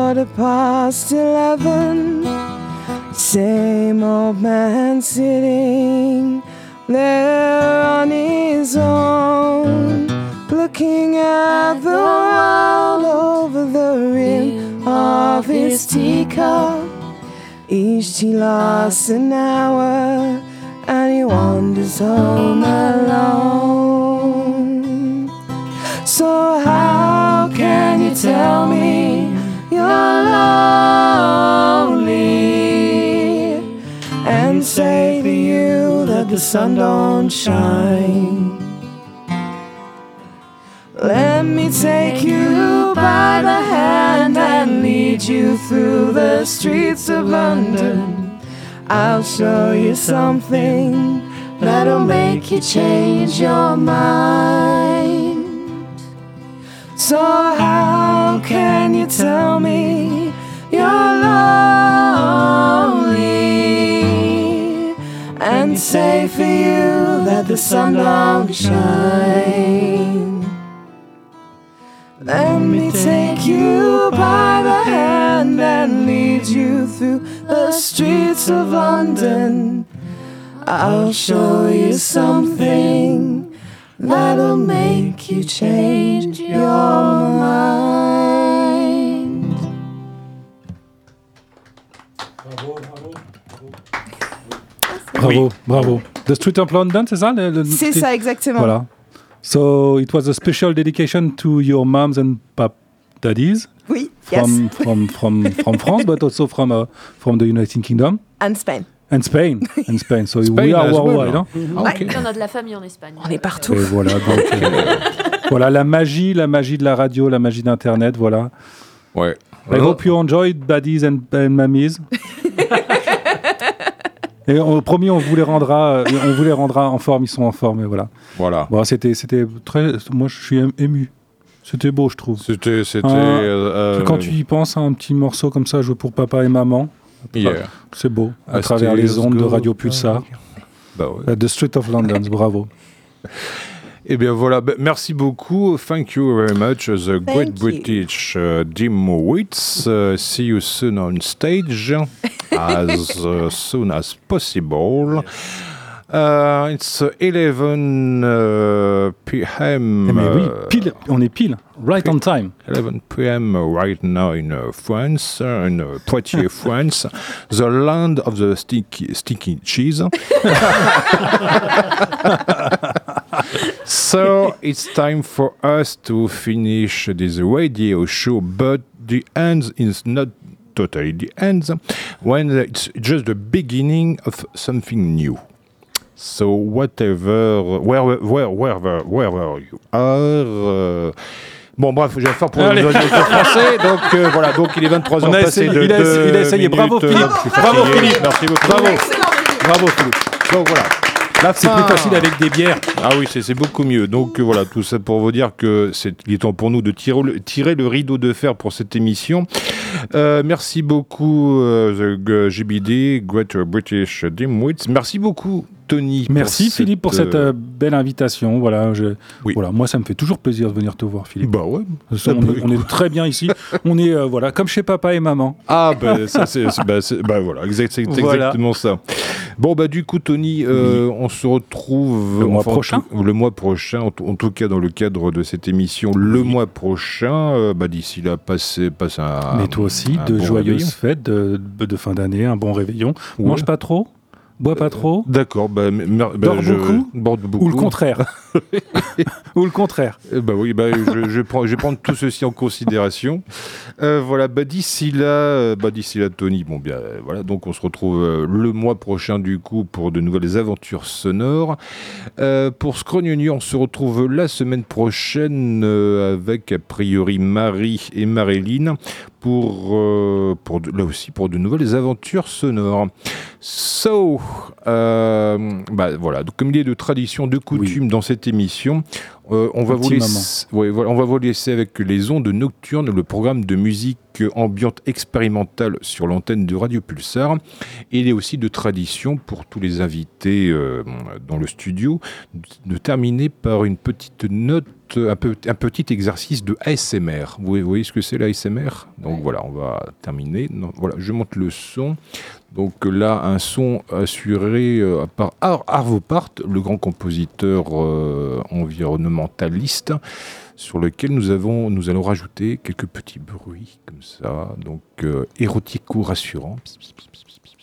11:15, same old man sitting there on his own, looking at the world over the rim of his teacup. Each tea lasts an hour and he wanders home alone. So how can you tell me you're lonely and say to you that the sun don't shine? Let me take you by the hand and lead you through the streets of London. I'll show you something that'll make you change your mind. So how can you tell me you're lonely and say for you that the sun don't shine? Let me take you by the hand and lead you through the streets of London. I'll show you something that'll make you change your mind. Bravo, bravo. The Street of London, c'est ça C'est ça, exactement. Voilà. So it was a special dedication to your moms and daddies. Oui, from France, but also from the United Kingdom. And Spain. And Spain. So Spain we are as well, worldwide. no? Hein? Okay. On a de la famille en Espagne. On est partout. Et voilà, donc, voilà la magie de la radio, la magie d'Internet, voilà. Ouais. I hope you enjoyed daddies and mummies. Et promis, on vous les rendra en forme, ils sont en forme, et voilà. Voilà. Bon, c'était très. Moi, je suis ému. C'était beau, je trouve. C'était. Quand tu y penses à un petit morceau comme ça, joué pour papa et maman, c'est beau. À travers les ondes de Radio Pulsar. Bah ouais. The Street of London, bravo. Eh bien voilà, merci beaucoup. Thank you very much, the Great British Dimwits. See you soon on stage, as soon as possible. It's 11 p.m. Mais oui, on est pile, right on time. 11 p.m. right now in France, in Poitiers, France, the land of the sticky cheese. So it's time for us to finish this radio show, but the end is not totally the end, when it's just the beginning of something new. So wherever you are... Bon bref, je vais faire pour les auditeurs français, donc voilà, donc il est 23h passé de 2 il a essayé, minutes, bravo Philippe, bravo Philippe, merci beaucoup. Bravo Philippe. Donc voilà. C'est plus facile avec des bières. Ah oui, c'est beaucoup mieux. Donc voilà, tout ça pour vous dire que il est temps pour nous de tirer le rideau de fer pour cette émission. Merci beaucoup, The GBD, Great British Dimwits. Merci beaucoup, Tony. Merci Philippe pour cette belle invitation. Voilà, voilà, moi ça me fait toujours plaisir de venir te voir, Philippe. Bah ouais. On est très bien ici. On est voilà comme chez papa et maman. Ah bah ça c'est voilà, c'est exactement ça. Bon bah du coup Tony, on se retrouve le mois prochain. Le mois prochain, en tout cas dans le cadre de cette émission, le mois prochain. D'ici là, passe un. Mais toi aussi, de joyeuses fêtes de fin d'année, un bon réveillon. Ouais. Mange pas trop. Bois pas trop. D'accord. Dors beaucoup. Ou le contraire. Ou le contraire. Oui, je vais prendre tout ceci en considération. Voilà. D'ici là, Tony. Bon bien, voilà. Donc on se retrouve le mois prochain du coup pour de nouvelles aventures sonores. Pour Scrognoni, on se retrouve la semaine prochaine avec a priori Marie et Maréline là aussi pour de nouvelles aventures sonores. Voilà. Donc, comme il est de tradition, de coutume dans cette émission, on va vous laisser avec les ondes nocturnes, le programme de musique ambiante expérimentale sur l'antenne de Radio Pulsar. Et il est aussi de tradition pour tous les invités dans le studio de terminer par une petite note, un petit exercice de ASMR. Vous voyez ce que c'est l'ASMR ? Donc voilà, on va terminer. Voilà, je monte le son. Donc là, un son assuré par Arvo Pärt, le grand compositeur environnementaliste, sur lequel nous allons rajouter quelques petits bruits comme ça, donc érotiques ou rassurants.